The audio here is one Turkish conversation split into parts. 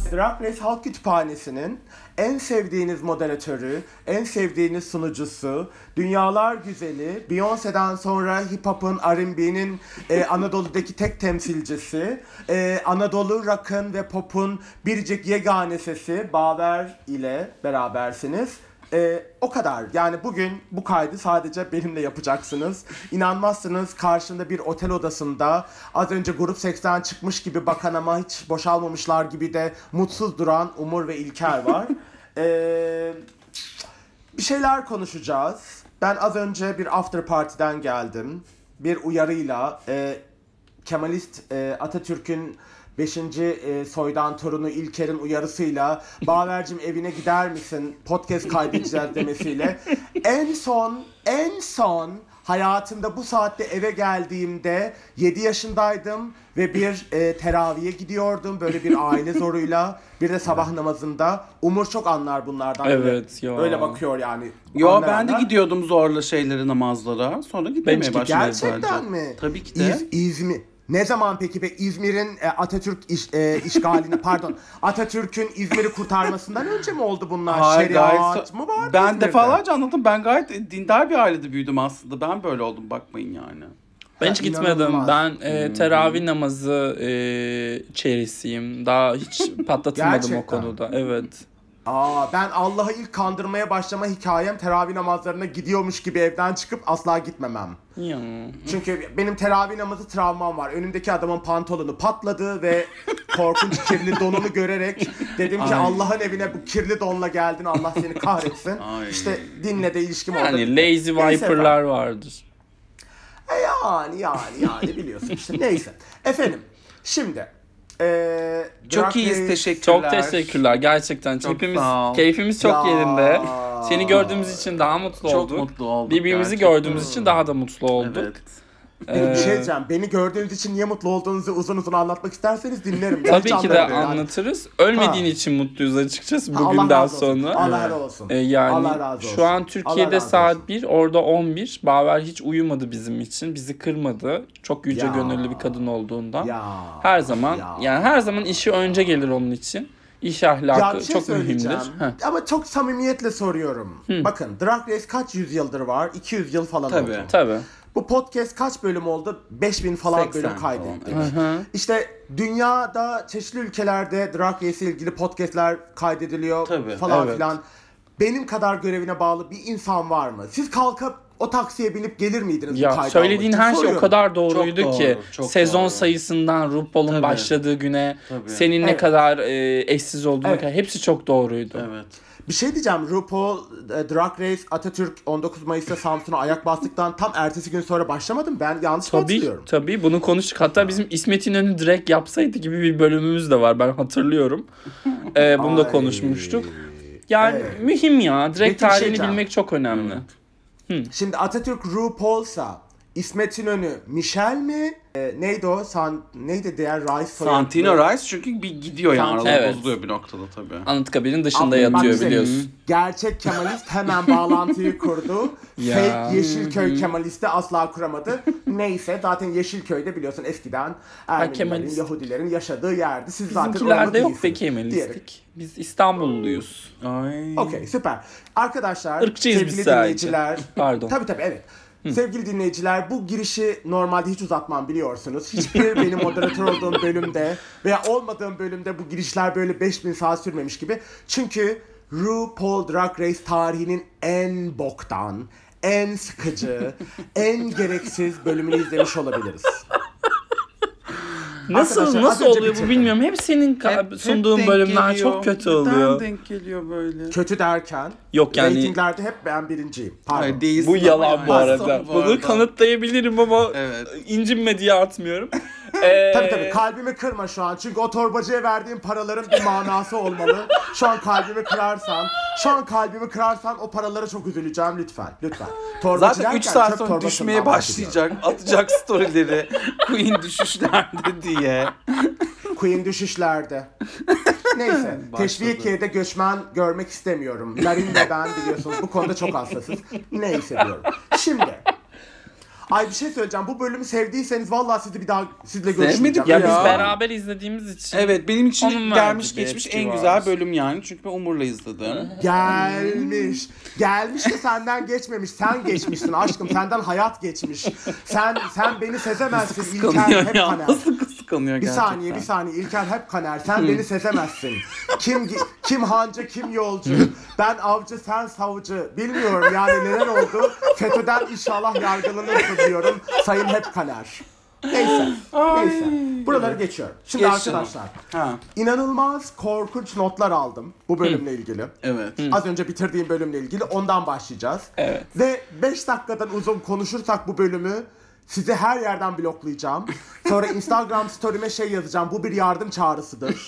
Drag Race Halk Kütüphanesi'nin en sevdiğiniz moderatörü, en sevdiğiniz sunucusu, dünyalar güzeli, Beyoncé'den sonra hip hop'un, R&B'nin Anadolu'daki tek temsilcisi, Anadolu rock'ın ve pop'un biricik yegane sesi Bağver ile berabersiniz. O kadar. Yani bugün bu kaydı sadece benimle yapacaksınız. İnanmazsınız, karşımda bir otel odasında az önce grup seksten çıkmış gibi bakan ama hiç boşalmamışlar gibi de mutsuz duran Umur ve İlker var. Bir şeyler konuşacağız. Ben az önce bir after party'den geldim. Bir uyarıyla Kemalist Atatürk'ün 5. soydan torunu İlker'in uyarısıyla Bağvercim evine gider misin podcast kaydedeceğiz demesiyle en son hayatımda bu saatte eve geldiğimde 7 yaşındaydım ve bir teraviye gidiyordum böyle bir aile zoruyla, bir de sabah namazında. Umur çok anlar bunlardan. Evet ya. Öyle bakıyor yani. Yo, ben de gidiyordum zorla şeyleri, namazlara. Sonra gitmemeye başladım. Gerçekten mi? Tabii ki de. İzmir. Ne zaman peki be İzmir'in Atatürk işgalini pardon Atatürk'ün İzmir'i kurtarmasından önce mi oldu bunlar? Hayır, Şeriat mı var Ben İzmir'de? defalarca anlattım. Ben gayet dindar bir ailede büyüdüm aslında. Ben böyle oldum, bakmayın yani. Ben hiç gitmedim. İnanılmaz. Ben teravih namazı çerisiyim. Daha hiç patlatılmadım Gerçekten. o konuda. Evet. Ben Allah'ı ilk kandırmaya başlama hikayem teravih namazlarına gidiyormuş gibi evden çıkıp asla gitmemem. Ya. Çünkü benim teravih namazı travmam var. Önümdeki adamın pantolonu patladı ve korkunç kirli donunu görerek dedim ki Allah'ın evine bu kirli donla geldin, Allah seni kahretsin. Ay. İşte dinle de ilişkim orada. Yani lazy viper'lar vardır. Yani biliyorsun işte. Neyse. Efendim şimdi Çok Drag iyiyiz, Race- teşekkürler. Çok teşekkürler gerçekten. Çok Hepimiz sağ ol. keyfimiz çok Ya. yerinde. Seni gördüğümüz için daha mutlu Çok olduk. mutlu olduk. Birbirimizi gerçekten. gördüğümüz için daha da mutlu olduk. Evet. Peki bir şey diyeceğim. Beni gördüğünüz için niye mutlu olduğunuzu uzun uzun anlatmak isterseniz dinlerim. Ben Tabii hiç ki de anlamıyorum yani. anlatırız. Ölmediğin için mutluyuz açıkçası Allah bugünden razı olsun. sonra. Allah razı olsun. Yani Allah razı olsun. şu an Allah Türkiye'de razı saat olsun. 1, orada 11. Bağver hiç uyumadı bizim için. Bizi kırmadı. Çok yüce Ya. gönüllü bir kadın olduğundan. Ya. Her zaman Ya. yani her zaman işi önce gelir onun için. İş ahlakı Ya bir şey çok mühimdir. söyleyeceğim. Heh. Ama çok samimiyetle soruyorum. Bakın Drag Race kaç yüzyıldır var? 200 yıl falan Tabii. oldu. Tabii. Bu podcast kaç bölüm oldu? 5000 falan 80 bölüm falan, kaydettik. evet. İşte dünyada çeşitli ülkelerde Drag Race ile ilgili podcastler kaydediliyor Tabii, falan evet. filan. Benim kadar görevine bağlı bir insan var mı? Siz kalkıp o taksiye binip gelir miydiniz bu Ya kaydı söylediğin almak için? her şey o Soruyorum. kadar doğruydu Çok ki doğru, çok sezon doğru. sayısından RuPaul'un Tabii. başladığı güne Tabii. senin ne Evet. kadar eşsiz olduğuna Evet. kadar hepsi çok doğruydu. Evet. Bir şey diyeceğim. RuPaul Drag Race Atatürk 19 Mayıs'ta Samsun'a ayak bastıktan tam ertesi gün sonra başlamadım. Ben yanlış mı hatırlıyorum? Tabii bunu konuştuk. Hatta bizim İsmet İnönü direkt yapsaydı gibi bir bölümümüz de var. Ben hatırlıyorum. Bunu da Ay. konuşmuştuk. Yani Evet. mühim ya. Direkt Peki bir şey tarihini diyeceğim. bilmek çok önemli. Şimdi Atatürk RuPaul'sa İsmet İnönü Michel mi? Neydi o? Neydi diğer Rice soyadı? Santino Rice çünkü bir gidiyor yani. Santino. Arada Evet. bozuluyor bir noktada tabii. Anıtkabir'in dışında Aferin, bak yatıyor bize biliyorsun. Gerçek Kemalist hemen bağlantıyı kurdu. Ya. Fake Yeşilköy Kemalist'i asla kuramadı. Neyse zaten Yeşilköy'de biliyorsun eskiden Ermenilerin, Kemalist. Yahudilerin yaşadığı yerdi. Siz zaten Bizimkilerde orada yok be değilsiniz diyerek. Kemalistlik. Biz İstanbulluyuz. Ay. Okey süper. Arkadaşlar Irkçıyız sevgili biz sadece. dinleyiciler. Pardon. Tabii evet. Sevgili dinleyiciler, bu girişi normalde hiç uzatmam biliyorsunuz. Hiçbir benim moderatör olduğum bölümde veya olmadığım bölümde bu girişler böyle 5000 saat sürmemiş gibi. Çünkü RuPaul Drag Race tarihinin en boktan, en sıkıcı, en gereksiz bölümünü izlemiş olabiliriz. Nasıl Arkadaşlar, az önce oluyor bu bitirdim. bilmiyorum. Hep senin sunduğun denk bölümler geliyor. çok kötü Neden oluyor. denk geliyor böyle? Kötü derken, Yok yani- reytinglerde hep ben birinciyim. Pardon. Hayır, değilsin Bu ama yalan yani. bu arada. Aslında bu Bunu arada. kanıtlayabilirim ama Evet. incinme diye atmıyorum. Tabii kalbimi kırma şu an. Çünkü o torbacıya verdiğim paraların bir manası olmalı. Şu an kalbimi kırarsan o paralara çok üzüleceğim lütfen. Torbacı Zaten 3 derken saat çöp sonra torbasından düşmeye bahsediyorum. başlayacak. Atacak storyleri. Queen düşüşlerde diye. Queen düşüşlerde. Neyse. Teşvikiye'de göçmen görmek istemiyorum. Larin ve ben biliyorsunuz bu konuda çok hassasız. Neyse diyorum. Şimdi Ay bir şey söyleyeceğim. Bu bölümü sevdiyseniz vallahi sizi bir daha sizle Sevmedik görüşmeyeceğim. Ya Ya. biz beraber izlediğimiz için. Evet, benim için Onun gelmiş verdiği bir geçmiş etki en var. güzel bölüm yani. Çünkü ben Umur'la izledim. Gelmiş. Gelmiş de senden geçmemiş. Sen geçmişsin aşkım. Senden hayat geçmiş. Sen beni sezemezsin. İlker Kıskanıyor hep ya. kaner. Nasıl kıskanıyor Bir gerçekten. saniye bir saniye İlker hep kaner. Sen beni sezemezsin. Kim hancı kim yolcu. Ben avcı sen savcı. Bilmiyorum yani neler oldu. FETÖ'den inşallah yargılanırsın diyorum. Sayın hep kaner. Neyse. Neyse. Buraları geçiyorum. Şimdi Geç arkadaşlar. Ha, İnanılmaz korkunç notlar aldım bu bölümle ilgili. evet. Az önce bitirdiğim bölümle ilgili ondan başlayacağız. Evet. Ve 5 dakikadan uzun konuşursak bu bölümü sizi her yerden bloklayacağım. Sonra Instagram story'me şey yazacağım. Bu bir yardım çağrısıdır.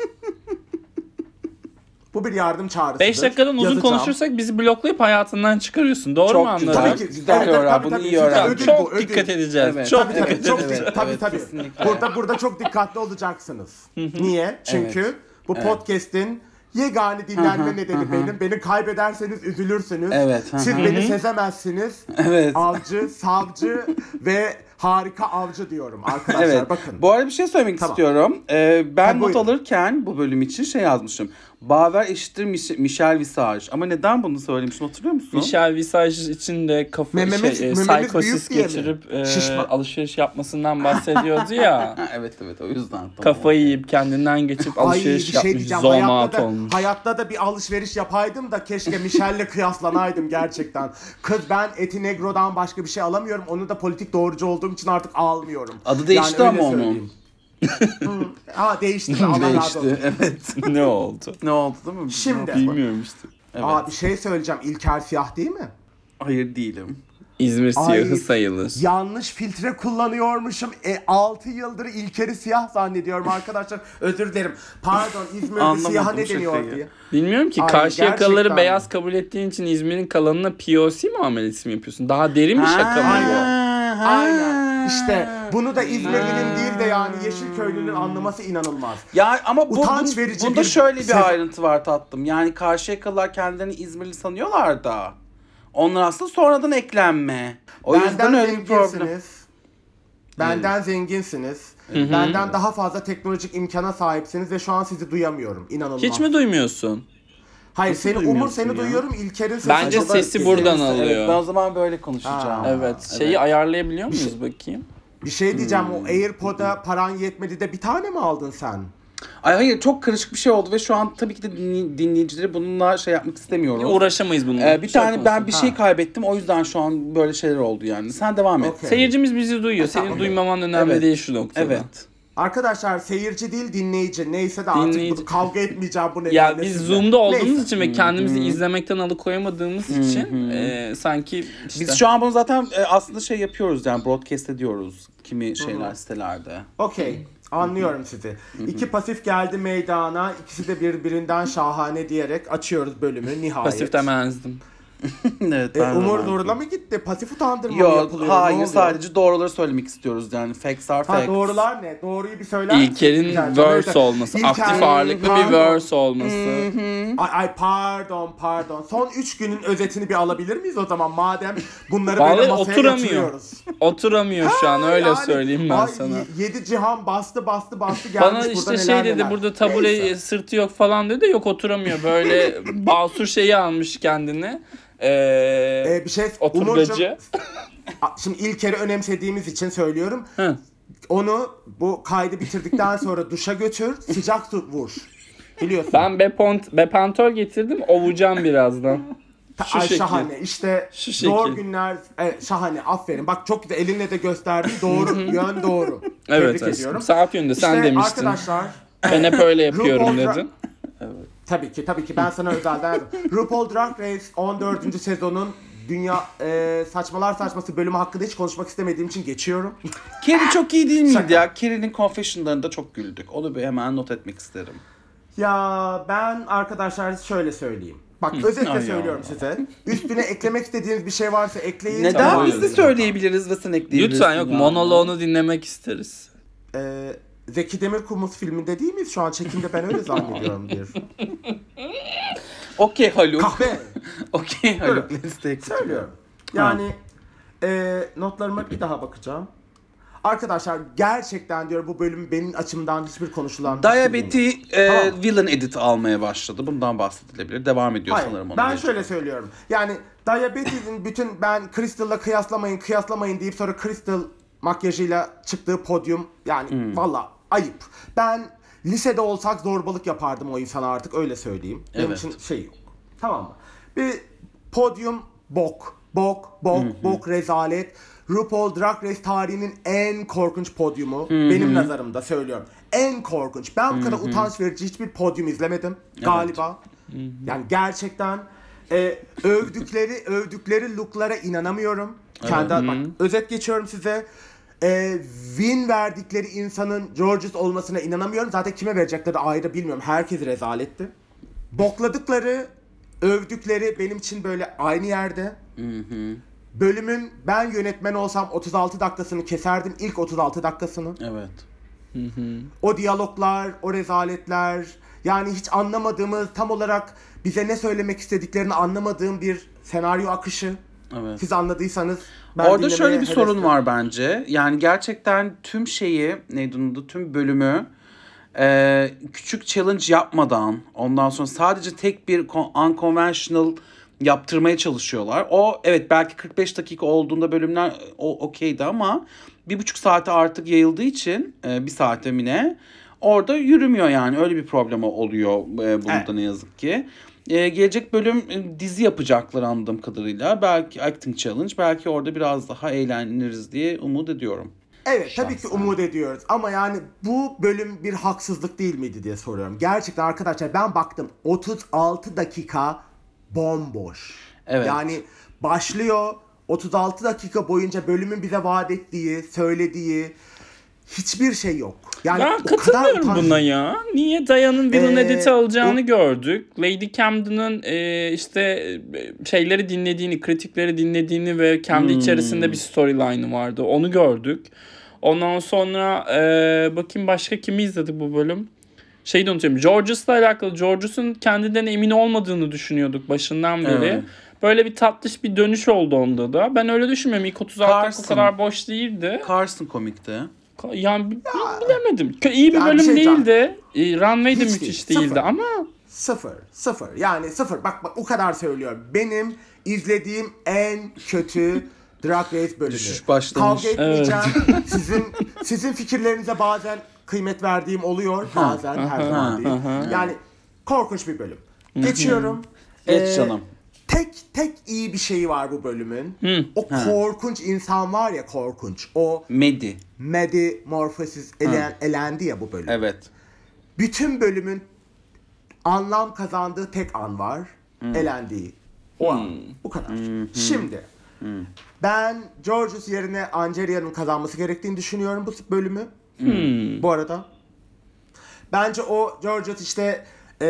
Bu bir yardım çağrısıdır. 5 dakikadan uzun Yazacağım. konuşursak bizi bloklayıp hayatından çıkarıyorsun. Doğru Çok mu güzel. anladım? Tabii ki. Güzel öğren, bunu iyi öğren. Ödül Çok bu, ödül. dikkat edeceğiz. Evet. Çok Tabii dikkat tabii, çok edeceğiz. dik- tabii Evet, tabii. kesinlikle. Burada çok dikkatli olacaksınız. Niye? Çünkü bu podcast'in yegane dinlenme nedeni benim. Beni kaybederseniz üzülürsünüz. Evet, Siz beni sezemezsiniz. Evet. Avcı, savcı ve harika avcı diyorum arkadaşlar. Evet. Bakın. Bu arada bir şey söylemek Tamam. istiyorum. Ben Ha, not buyurun. alırken bu bölüm için şey yazmışım. Baver eşittir Michel Visage. Ama neden bunu söylemişim hatırlıyor musun? Michel Visage için de Mememiz büyük psikosis diye mi? geçirip Şişman. alışveriş yapmasından bahsediyordu ya. Ha, evet o yüzden. Tamam. Kafayı yiyip kendinden geçip Ay bir alışveriş şey yapmış. diyeceğim. Zone out Hayatta olmuş. da, hayatta da bir alışveriş yapaydım da keşke Michel'le kıyaslanaydım gerçekten. Kız ben Eti Negro'dan başka bir şey alamıyorum. Onu da politik doğrucu olduğum için artık almıyorum. Adı değişti öyle ama onun. söyleyeyim. Ha değişti. Allah razı olsun. Değişti. Evet. Ne oldu? Ne oldu değil mi? Şimdi. Bilmiyorum işte. Evet. Aa bir şey söyleyeceğim. İlker siyah değil mi? Hayır değilim. İzmir Ay, siyahı sayılır. Yanlış filtre kullanıyormuşum. 6 yıldır İlker'i siyah zannediyorum arkadaşlar. Özür dilerim. Pardon İzmir'de Anlamadım siyaha ne deniyor şakayı. diye. Bilmiyorum ki Ay, karşı yakalıları gerçekten beyaz mi? kabul ettiğin için İzmir'in kalanına POC muamelesi mi yapıyorsun? Daha derin bir şaka mı bu? Aynen. İşte bunu da İzmirli'nin değil de yani Yeşilköylü'nün anlaması inanılmaz. Ya ama Utanç verici bunda bir şöyle bir sezon. ayrıntı var tatlım. Yani Karşıyakalılar kendilerini İzmirli sanıyorlar da. Onlar aslında sonradan eklenme. O yüzden Benden öyle bir problem. zenginsiniz. Benden zenginsiniz. Benden daha fazla teknolojik imkana sahipsiniz ve şu an sizi duyamıyorum. İnanılmaz. Hiç mi duymuyorsun? Hayır Nasıl seni Umur duymuyorsun seni ya? duyuyorum. İlker'in sesi Bence acaba sesi geliyor. buradan Evet, alıyor. ben o zaman böyle konuşacağım. Aa. Evet. Şeyi ayarlayabiliyor muyuz bakayım? Bir şey diyeceğim o AirPod'a paran yetmedi de bir tane mi aldın sen? Ay hayır çok karışık bir şey oldu ve şu an tabii ki de dinleyicileri bununla şey yapmak istemiyorum. Uğraşamayız bununla. Bir tane ben bir Ha. şey kaybettim o yüzden şu an böyle şeyler oldu yani. Sen devam et. Okey. Seyircimiz bizi duyuyor. Senin Tamam. duymaman önemli Evet. değil şu noktada. Evet. Arkadaşlar seyirci değil dinleyici. Neyse de artık Dinleyici. bunu kavga etmeyeceğim bu nedenle. Ya biz sizinle. Zoom'da olduğumuz Neyse. için ve kendimizi izlemekten alıkoyamadığımız için sanki işte Biz şu an bunu zaten aslında şey yapıyoruz yani broadcast ediyoruz kimi şeyler sitelerde. Okey. Anlıyorum sizi. İki pasif geldi meydana. İkisi de birbirinden şahane diyerek açıyoruz bölümü nihayet. pasif demezdim. Evet. ben de Umur varım. Nur'la mı gitti? Pasif utandırma mı Yok yapılıyor? Ne hayır oluyor? sadece doğruları söylemek istiyoruz yani facts are facts. Ha doğrular ne? Doğruyu bir söyler misin? İlker'in İlker'cim? verse Öyle- olması, İlker- aktif ağırlıklı bir Pardon. verse olması. Ay pardon. Son 3 günün özetini bir alabilir miyiz o zaman? Madem bunları Vallahi böyle masaya oturamıyor. yatırıyoruz. Oturamıyor şu an öyle Yani, söyleyeyim ben ay, sana. 7 cihan bastı gelmiş Bana burada işte neler şey dedi neler. burada tabure Neyse. sırtı yok falan dedi, yok oturamıyor böyle basur şeyi almış kendine. Bir şey Oturgacı. Umurcuğum, şimdi İlker'i önemsediğimiz için söylüyorum. Hı. Onu bu kaydı bitirdikten sonra duşa götür, sıcak su vur. Biliyorsun. Ben Bepantol getirdim, ovacağım birazdan. Şu Ay şekil. şahane işte Şu zor şekil. günler şahane aferin bak çok güzel elinle de gösterdin doğru yön doğru. Evet Tebrik aşkım. ediyorum. Saat yönünde sen İşte demiştin. arkadaşlar Ben hep öyle yapıyorum RuPaul dedin. tabii ki ben sana özelden yazdım. RuPaul Drag Race 14. sezonun dünya saçmalar saçması bölümü hakkında hiç konuşmak istemediğim için geçiyorum. Kerry çok iyi değil miydi Şaka. ya? Kerry'nin confession'larında çok güldük. Onu bir hemen not etmek isterim. Ya ben arkadaşlar şöyle söyleyeyim. Bak özetle Ay söylüyorum size. Üstüne eklemek istediğiniz bir şey varsa ekleyin. Neden Tamam, biz de öyle. söyleyebiliriz ve sen ekleyebilirsin. Lütfen yok ya. monoloğunu dinlemek isteriz. Zeki Demirkubuz filminde değil miyiz şu an çekimde ben öyle zannediyorum bir. Okey Haluk. Kahve. Okey Haluk. Let's take it. Söylüyorum. Yani Notlarıma bir daha bakacağım. Arkadaşlar gerçekten diyor bu bölüm benim açımdan hiçbir konuşulan hiçbir Diabeti bölüm yok. Tamam. villain edit almaya başladı. Bundan bahsedilebilir. Devam ediyor Hayır, sanırım onun ben gelecek. şöyle söylüyorum. Yani Diabetes'in bütün ben Crystal'la kıyaslamayın deyip sonra Crystal makyajıyla çıktığı podyum yani valla ayıp. Ben lisede olsak zorbalık yapardım o insana artık öyle söyleyeyim. Benim Evet. için şey yok. Tamam mı? Bir podyum bok rezalet. RuPaul Drag Race tarihinin en korkunç podyumu. Benim nazarımda söylüyorum. En korkunç. Ben bu kadar utanç verici hiçbir podyum izlemedim galiba. Yani gerçekten övdükleri looklara inanamıyorum. Bak, özet geçiyorum size. Win verdikleri insanın Georges olmasına inanamıyorum. Zaten kime verecekleri ayrı bilmiyorum. Herkes rezaletti. Bokladıkları, övdükleri benim için böyle aynı yerde. Bölümün ben yönetmen olsam 36 dakikasını keserdim. İlk 36 dakikasını. Evet. O diyaloglar, o rezaletler, yani hiç anlamadığımız, tam olarak bize ne söylemek istediklerini anlamadığım bir senaryo akışı. Evet. Siz anladıysanız ben Orada dinlemeye şöyle bir sorun heveslim. var bence. Yani gerçekten tüm şeyi, neydi onun adı, tüm bölümü küçük challenge yapmadan, ondan sonra sadece tek bir unconventional yaptırmaya çalışıyorlar. O evet belki 45 dakika olduğunda bölümler okeydi ama 1,5 saate artık yayıldığı için 1 saate mi ne orada yürümüyor yani. Öyle bir problem oluyor bunda Evet. ne yazık ki. Gelecek bölüm dizi yapacaklar anladığım kadarıyla. Belki acting challenge, belki orada biraz daha eğleniriz diye umut ediyorum. Evet tabii ki Şahsen. umut ediyoruz ama yani bu bölüm bir haksızlık değil miydi diye soruyorum. Gerçekten arkadaşlar ben baktım 36 dakika bomboş. Evet. Yani başlıyor 36 dakika boyunca bölümün bize vaat ettiği, söylediği hiçbir şey yok. Yani Ben o kadar katılmıyorum utanç- buna ya. Niye Diana'nın villain edit'i alacağını o- gördük. Lady Camden'ın şeyleri dinlediğini, kritikleri dinlediğini ve kendi içerisinde bir storyline'ı vardı. Onu gördük. Ondan sonra bakayım başka kimi izledik bu bölüm? Şeyi de unutuyorum. Georges'la alakalı. Georges'un kendinden emin olmadığını düşünüyorduk başından beri. Evet. Böyle bir tatlış bir dönüş oldu onda da. Ben öyle düşünmüyorum. İlk 36 dakika o Carson. kadar boş değildi. Carson komikti. Yani bilemedim. İyi bir Ya bir bölüm şey değildi. Runway de Hiç müthiş değil, değildi sıfır. ama Sıfır. Yani sıfır. Bak o kadar söylüyorum. Benim izlediğim en kötü Drag Race bölümü. Düşüş başlamış. Kavga etmeyeceğim. Sizin fikirlerinize bazen kıymet verdiğim oluyor. Bazen her zaman değil. Yani korkunç bir bölüm. Geçiyorum. Geç canım. Tek iyi bir şeyi var bu bölümün. O korkunç insan var ya, korkunç. O Medi. Maddie Morphosis elendi ya bu bölüm. Evet. Bütün bölümün anlam kazandığı tek an var. Elendiği. O an. Bu kadar. Şimdi ben Georges yerine Angelia'nın kazanması gerektiğini düşünüyorum bu bölümü. Bu arada. Bence o Georges işte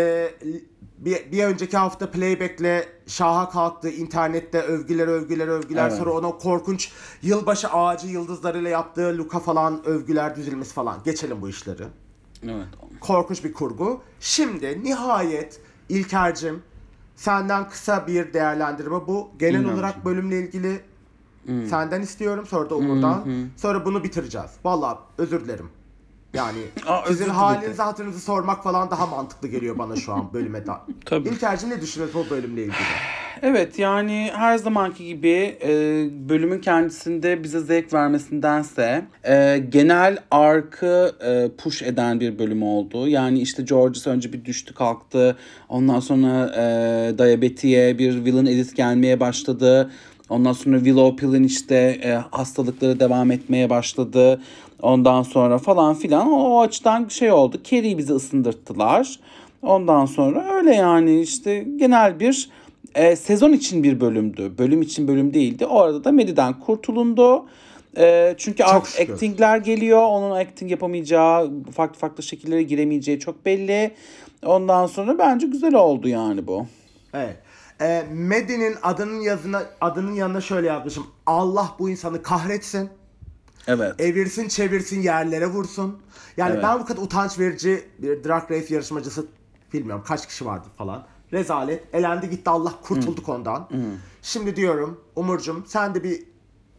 bir önceki hafta Playback'le şaha kalktı. İnternette övgüler. Evet. Sonra ona korkunç yılbaşı ağacı yıldızlarıyla yaptığı Luka falan övgüler düzülmesi falan. Geçelim bu işleri. Evet. Korkunç bir kurgu. Şimdi nihayet İlker'cim senden kısa bir değerlendirme bu. Genel Bilmiyorum. olarak bölümle ilgili senden istiyorum. Sonra da Umur'dan. Sonra bunu bitireceğiz. Vallahi özür dilerim. Yani Aa, özür sizin dilerim. halinizi hatırınızı sormak falan daha mantıklı geliyor bana şu an bölüme da. Tabii. İlker'cim ne düşünüyorsun o bölümle ilgili? Evet yani her zamanki gibi bölümün kendisinde bize zevk vermesindense genel arkı push eden bir bölüm oldu. Yani işte Georges önce bir düştü kalktı. Ondan sonra Diabeti'ye bir villain edit gelmeye başladı. Ondan sonra Willow Pill'in işte hastalıkları devam etmeye başladı. Ondan sonra falan filan o açıdan şey oldu. Carrie'yi bizi ısındırttılar. Ondan sonra öyle yani işte genel bir sezon için bir bölümdü. Bölüm için bölüm değildi. O arada da Maddie'den kurtulundu. Çünkü artık şükür. actingler geliyor. Onun acting yapamayacağı, farklı şekillere giremeyeceği çok belli. Ondan sonra bence güzel oldu yani bu. Evet. Maddie'nin adının yanına şöyle yazmışım. Allah bu insanı kahretsin. Evet. Evirsin çevirsin yerlere vursun. Yani Evet. ben bu kadar utanç verici bir Drag Race yarışmacısı bilmiyorum kaç kişi vardı falan. Rezalet. Elendi gitti, Allah kurtulduk ondan. Şimdi diyorum Umurcuğum sen de bir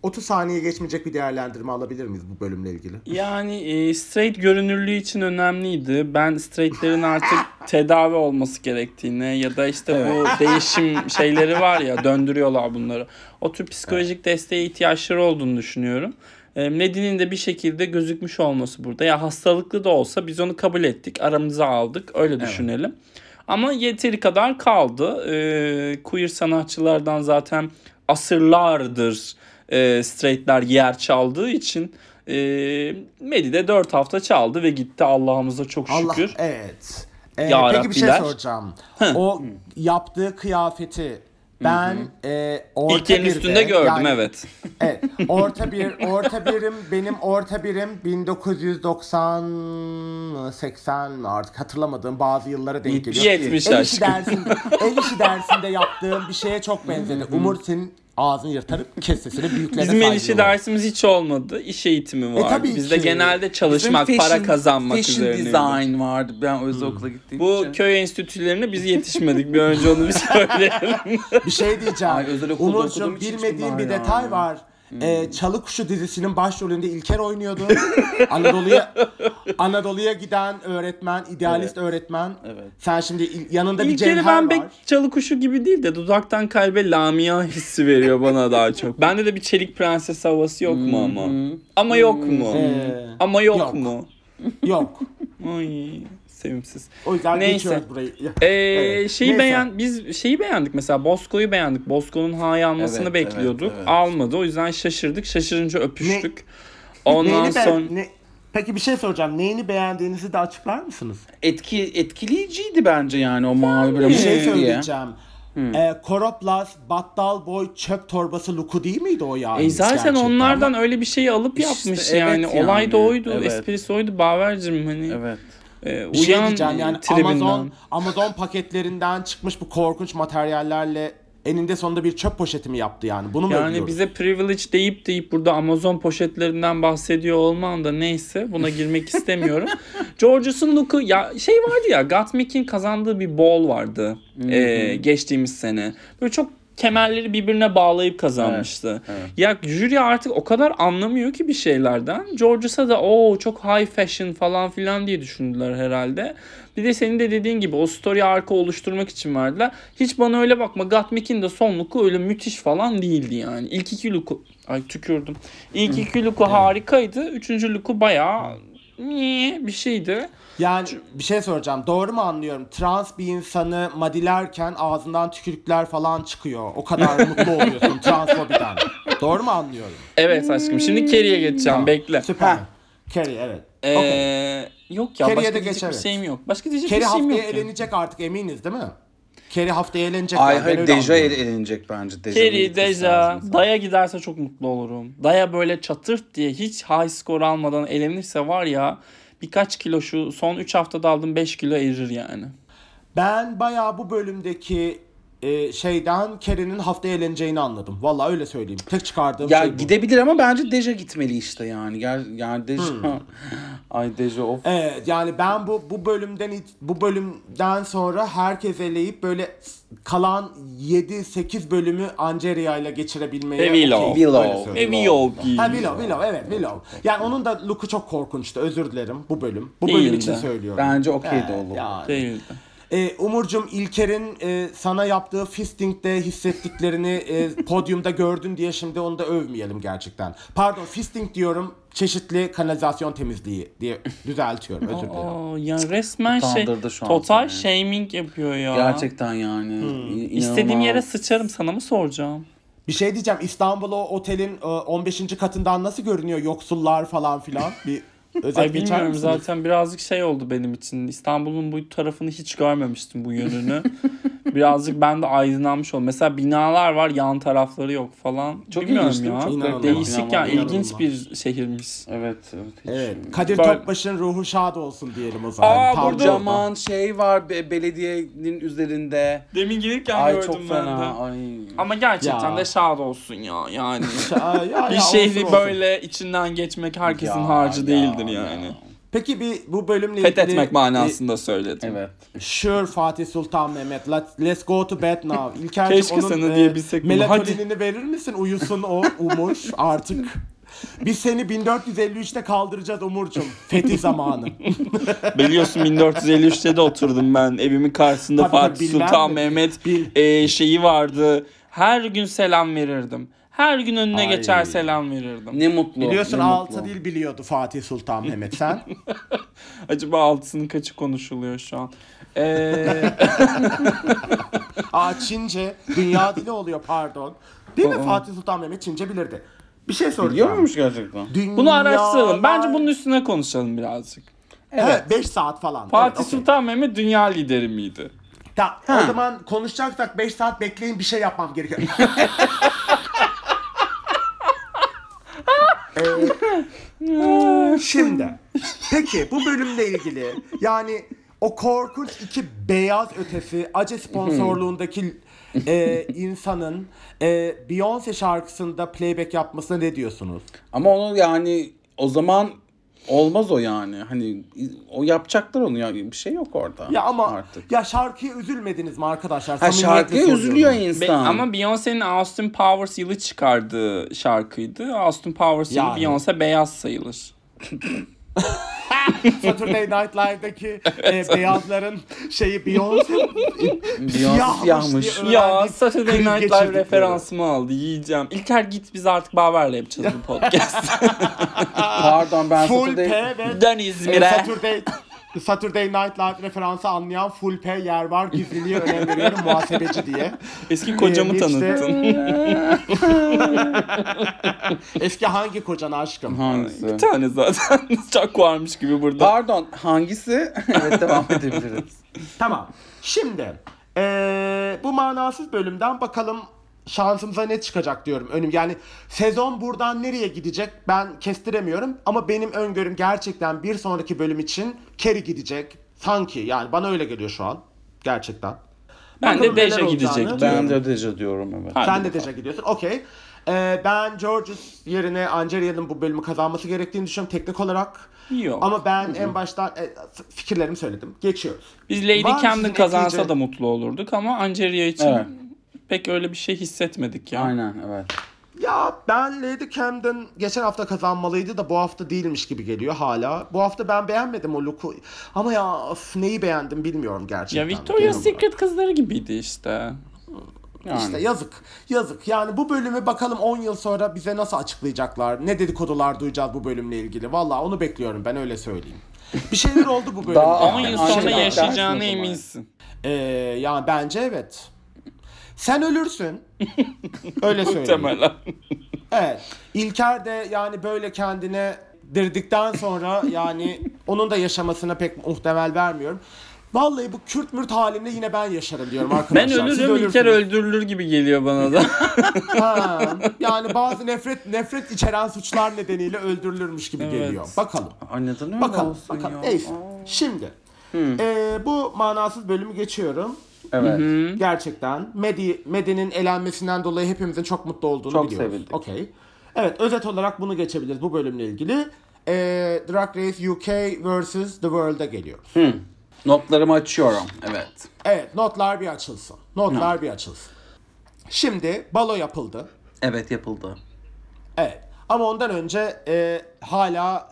30 saniye geçmeyecek bir değerlendirme alabilir miyiz bu bölümle ilgili? Yani straight görünürlüğü için önemliydi. Ben straightlerin artık tedavi olması gerektiğini ya da işte bu değişim şeyleri var ya, döndürüyorlar bunları. O tür psikolojik desteğe ihtiyaçları olduğunu düşünüyorum. Nedinin de bir şekilde gözükmüş olması burada. Ya hastalıklı da olsa biz onu kabul ettik, aramıza aldık, öyle düşünelim. Ama yeteri kadar kaldı. Queer sanatçılardan zaten asırlardır straightler yer çaldığı için Medide 4 hafta çaldı ve gitti, Allah'ımıza çok şükür. Evet. Ya Peki bir şey Rabbiler. soracağım. O yaptığı kıyafeti ben orta İlker'in birde, üstünde gördüm, yani, evet. Evet. Benim orta birim 1990 80 mi artık hatırlamadığım bazı yıllara denk geliyor. 70 El aşkım. işi dersinde yaptığım bir şeye çok benzedi. Umur senin ağzını yırtarıp kes sesini, büyüklerine Bizim el saygı işi var. dersimiz hiç olmadı. İş eğitimi vardı. tabii Bizde ki. genelde çalışmak, Bizim para kazanmak fashion üzerineydi. design vardı. Ben özel okula gittiğim Bu için. köy enstitülerine biz yetişmedik. Bir önce onu bir söyleyelim. Bir şey diyeceğim. Ay, özel okulda Umurcuğum, okuduğum için bilmediğim bir bunlar ya. detay var. Çalı Kuşu dizisinin başrolünde İlker oynuyordu. Anadolu'ya giden öğretmen, idealist öğretmen. Evet. Sen şimdi yanında bir İlker'i cevher ben var. pek çalı kuşu gibi değil de dudaktan kalbe Lamia hissi veriyor bana daha çok. Bende de bir çelik prenses havası yok mu ama? Ama yok mu? Ama yok, yok. mu? Yok. Ay, sevimsiz. O yüzden Neyse. geçiyoruz burayı. Evet. Neyse. Biz şeyi beğendik mesela, Bosco'yu beğendik. Bosco'nun H'yı almasını Evet, bekliyorduk. evet. Almadı. O yüzden şaşırdık. Şaşırınca öpüştük. Ondan Neyini sonra Peki bir şey soracağım. Neyini beğendiğinizi de açıklar mısınız? Etkileyiciydi bence yani o mavi böyle Bir şey diye. söyleyeceğim. Koroplaz, battal boy, çöp torbası look'u değil miydi o yani? zaten gerçekten? onlardan öyle bir şeyi alıp İşte yapmış evet yani. Olay da yani. oydu. Evet. Esprisi oydu. Baver'cim hani. Evet. Bir şey Uyan diyeceğim yani tribinden. Amazon paketlerinden çıkmış bu korkunç materyallerle eninde sonunda bir çöp poşeti mi yaptı yani? Bunu mu Yani övüyoruz? bize privilege deyip burada Amazon poşetlerinden bahsediyor olman da neyse, buna girmek istemiyorum. George's'un look'u ya şey vardı ya, Gottmik'in kazandığı bir ball vardı geçtiğimiz sene. Böyle çok kemerleri birbirine bağlayıp kazanmıştı. Evet. Ya jüri artık o kadar anlamıyor ki bir şeylerden. George's'a da o çok high fashion falan filan diye düşündüler herhalde. Bir de senin de dediğin gibi o story arka oluşturmak için verdiler. Hiç bana öyle bakma. Gottmik'in de son look'u öyle müthiş falan değildi yani. İlk iki look'u tükürdüm. İlk iki look'u harikaydı. Üçüncü look'u bayağı bir şeydi. Yani bir şey soracağım. Doğru mu anlıyorum? Trans bir insanı madilerken ağzından tükürükler falan çıkıyor. O kadar mutlu oluyorsun transfobiden. Doğru mu anlıyorum? Evet aşkım. Şimdi Carrie'ye geçeceğim. Tamam. Bekle. Süper. Carrie evet. Okay. Yok ya, Carrie'ye başka de diyecek geç, bir evet. şeyim yok. Başka diyecek Carrie bir şeyim haftaya yok. Ya. elenecek artık, eminiz değil mi? Carrie haftaya elenecek. Ay ben hayır, öyle Deja anlıyorum. elenecek bence. Carrie, Deja, Daya giderse çok mutlu olurum. Daya böyle çatırt diye hiç high score almadan elenirse var ya, birkaç kilo şu son 3 haftada aldım 5 kilo erir yani. Ben bayağı bu bölümdeki şeyden Carrie'nin haftaya eleneceğini anladım. Vallahi öyle söyleyeyim. Tek çıkardığım Ya şey bu. gidebilir ama bence Deja gitmeli işte yani. Yani Deja. Ay Deja of. Evet yani ben bu bölümden sonra herkes eleyip böyle kalan 7-8 bölümü Angeria ile geçirebilmeye Willow. okeyim. Willow. Öyle söyleyeyim. Willow. Ha Willow evet Willow. Yani onun da look'u çok korkunçtu, özür dilerim bu bölüm. Bu Değildi. bölüm için söylüyorum. Bence okeydi olur. Yani. Değildi. Umurcuğum, İlker'in sana yaptığı fisting'de hissettiklerini podyumda gördün diye şimdi onu da övmeyelim gerçekten. Pardon, fisting diyorum, çeşitli kanalizasyon temizliği diye düzeltiyorum, özür dilerim. Yani resmen Utandırdı şu an total seni. shaming yapıyor ya. Gerçekten yani. İnanılmaz. İstediğim yere sıçarım, sana mı soracağım? Bir şey diyeceğim, İstanbul o otelin 15. katından nasıl görünüyor, yoksullar falan filan? Bir özet Ay geçer bilmiyorum, misiniz? zaten birazcık şey oldu benim için. İstanbul'un bu tarafını hiç görmemiştim, bu yönünü. Birazcık ben de aydınlanmış oldum. Mesela binalar var, yan tarafları yok falan. Çok bilmiyorum ilginç değil mi? ya. Çok İnanılmaz. Değişik ya, İnanılmaz. ilginç bir şehirmiş. Evet. Hiç. Evet, Kadir Böyle- Topbaş'ın ruhu şad olsun diyelim o zaman. Aa, Pardon. Kocaman şey var belediyenin üzerinde. Demin gelirken Ay gördüm çok ben fena. de. Ay. Ama gerçekten Ya. de şad olsun ya yani. Ya, Bir olsun, şehri olsun. böyle içinden geçmek herkesin Ya, harcı ya, değildir ya. yani. Peki bu bölümle ilgili... Fethetmek manasında söyledim. Evet. Sure Fatih Sultan Mehmet. Let's go to bed now. Keşke İlker'cim sana onun diyebilsek bunu. melatoninini verir misin? Uyusun o Umur artık. Biz seni 1453'te kaldıracağız Umurcuğum. Fethi zamanı. Biliyorsun 1453'te de oturdum ben. Evimin karşısında Tabii, Fatih bilmem Sultan mi? Mehmet şeyi vardı. Her gün selam verirdim. Her gün önüne Ay. geçer selam verirdim. Ne mutlu. Biliyorsun ne 6 mutlu. dil biliyordu Fatih Sultan Mehmet sen. Acaba altısının kaçı konuşuluyor şu an? Çince dünya dili oluyor pardon. Değil mi Fatih Sultan Mehmet Çince bilirdi. Bir şey soracağım. Biliyor muymuş gerçekten? Bunu araştıralım. Bence bunun üstüne konuşalım birazcık. Evet 5 saat falan. Fatih Evet, okey. Sultan Mehmet dünya lideri miydi? O zaman konuşacaksak 5 saat bekleyin bir şey yapmam gerekiyor. Şimdi peki bu bölümle ilgili yani o korkunç iki beyaz ötesi Ace sponsorluğundaki insanın Beyoncé şarkısında playback yapmasına ne diyorsunuz? Ama onu yani o zaman olmaz o yani. Hani o yapacaklar onu ya. Bir şey yok orada. Ya ama artık. ya şarkıya üzülmediniz mi arkadaşlar? Ha, Samimiyetle şarkıya soruyorum. üzülüyor insan. Ama Beyoncé'nin Austin Powers yılı çıkardığı şarkıydı. Austin Powers yılı Yani. Beyoncé beyaz sayılır. Saturday Night Live'daki beyazların şeyi Beyoncé siyahmış. diye Ya öğrendik, Saturday kriz Night Live geçirdikleri. referansımı aldı. Yiyeceğim. İlker git biz artık Baver'le yapacağız bu podcast. Pardon ben Full Saturday... P ve Dön İzmir'e. Saturday Night Live referansı anlayan Full P yer var. Gizliliğe önem veriyorum muhasebeci diye. Eski kocamı işte- tanıttın. Eski hangi kocan aşkım? Hangisi? Bir tane zaten. Çok varmış gibi burada. Pardon hangisi? Evet devam edebiliriz. Tamam. Şimdi bu manasız bölümden bakalım şansımıza ne çıkacak diyorum. Yani sezon buradan nereye gidecek ben kestiremiyorum. Ama benim öngörüm gerçekten bir sonraki bölüm için Carrie gidecek. Sanki yani bana öyle geliyor şu an. Gerçekten. Ben de Bakalım neler Deja gidecek olacağını. diyorum. Ben de Deja diyorum evet. Hadi Sen de bakalım. Deja gidiyorsun. Okey. Ben Georges yerine Angelia'nın bu bölümü kazanması gerektiğini düşünüyorum teknik olarak. Yok. Ama ben en baştan fikirlerimi söyledim. Geçiyoruz. Biz Lady Var mı Camden sizin kazansa ekleyeceğiniz- da mutlu olurduk ama Angelia için Evet. pek öyle bir şey hissetmedik ya. Aynen evet. Ya ben Lady Camden geçen hafta kazanmalıydı da bu hafta değilmiş gibi geliyor hala. Bu hafta ben beğenmedim o look'u. Ama ya neyi beğendim bilmiyorum gerçekten. Ya Victoria's Genel olarak. Secret kızları gibiydi işte. Yani. İşte yazık. Yazık. Yani bu bölümü bakalım 10 yıl sonra bize nasıl açıklayacaklar? Ne dedikodular duyacağız bu bölümle ilgili? Vallahi onu bekliyorum ben öyle söyleyeyim. Bir şeyler oldu bu bölümde. Daha 10 yıl Aynen, sonra aynen. yaşayacağına Dersin o zaman. eminsin. Yani bence evet. Sen ölürsün. Öyle söyleyeyim. Muhtemelen. Evet. İlker de yani böyle kendine dirdikten sonra yani onun da yaşamasına pek muhtemel vermiyorum. Vallahi bu Kürt mürt halinde yine ben yaşarım diyorum Ben arkadaşlar. Siz ölürüm, İlker ölürsünüz. öldürülür gibi geliyor bana da. Ha, yani bazı nefret içeren suçlar nedeniyle öldürülürmüş gibi Evet. geliyor. Bakalım. Ay neden öyle Bakalım. olsun Bakalım. ya? Neyse. Şimdi bu manasız bölümü geçiyorum. Evet. Gerçekten Medi'nin elenmesinden dolayı hepimizin çok mutlu olduğunu Çok biliyoruz. sevindik. Okey. Evet, özet olarak bunu geçebiliriz bu bölümle ilgili. Drag Race UK vs. The World'a geliyor. Notlarımı açıyorum. Evet. Evet, notlar bir açılsın. Notlar bir açılsın. Şimdi balo yapıldı. Evet yapıldı. Evet. Ama ondan önce hala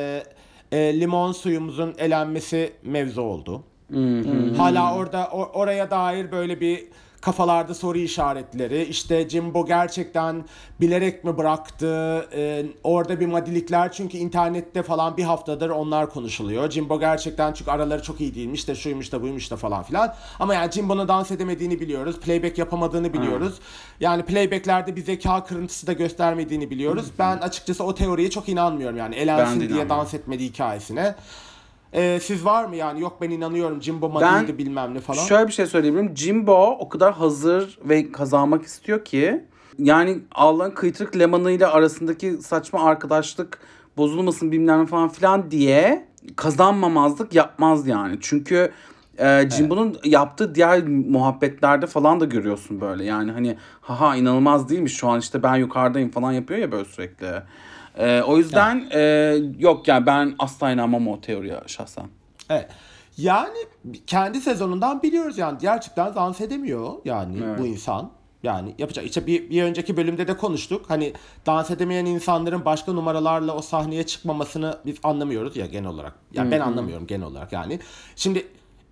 limon suyumuzun elenmesi mevzu oldu. Hala oraya dair böyle bir kafalarda soru işaretleri. İşte Jimbo gerçekten bilerek mi bıraktı? Orada bir madilikler çünkü internette falan bir haftadır onlar konuşuluyor. Jimbo gerçekten çünkü araları çok iyi değilmiş de şuymuş da buymuş da falan filan. Ama yani Jimbo'nun dans edemediğini biliyoruz. Playback yapamadığını biliyoruz. Yani playbacklerde bir zeka kırıntısı da göstermediğini biliyoruz. Ben açıkçası o teoriye çok inanmıyorum yani. Ben Elensin de diye inanmıyorum. dans etmediği hikayesine. Siz var mı yani? Yok ben inanıyorum Jimbo madiydi bilmem ne falan. Şöyle bir şey söyleyebilirim. Jimbo o kadar hazır ve kazanmak istiyor ki yani Allah'ın kıytırık lemanıyla arasındaki saçma arkadaşlık bozulmasın bilmem ne falan filan diye kazanmamazlık yapmaz yani. Çünkü Jimbo'nun yaptığı diğer muhabbetlerde falan da görüyorsun böyle. Yani hani haha inanılmaz değilmiş şu an işte ben yukarıdayım falan yapıyor ya böyle sürekli. O yüzden yok yani ben asla inanmam o teoriye şahsen. Evet. Yani kendi sezonundan biliyoruz yani gerçekten dans edemiyor yani bu insan. Yani yapacak işte bir önceki bölümde de konuştuk. Hani dans edemeyen insanların başka numaralarla o sahneye çıkmamasını biz anlamıyoruz ya genel olarak. Yani ben anlamıyorum genel olarak yani. Şimdi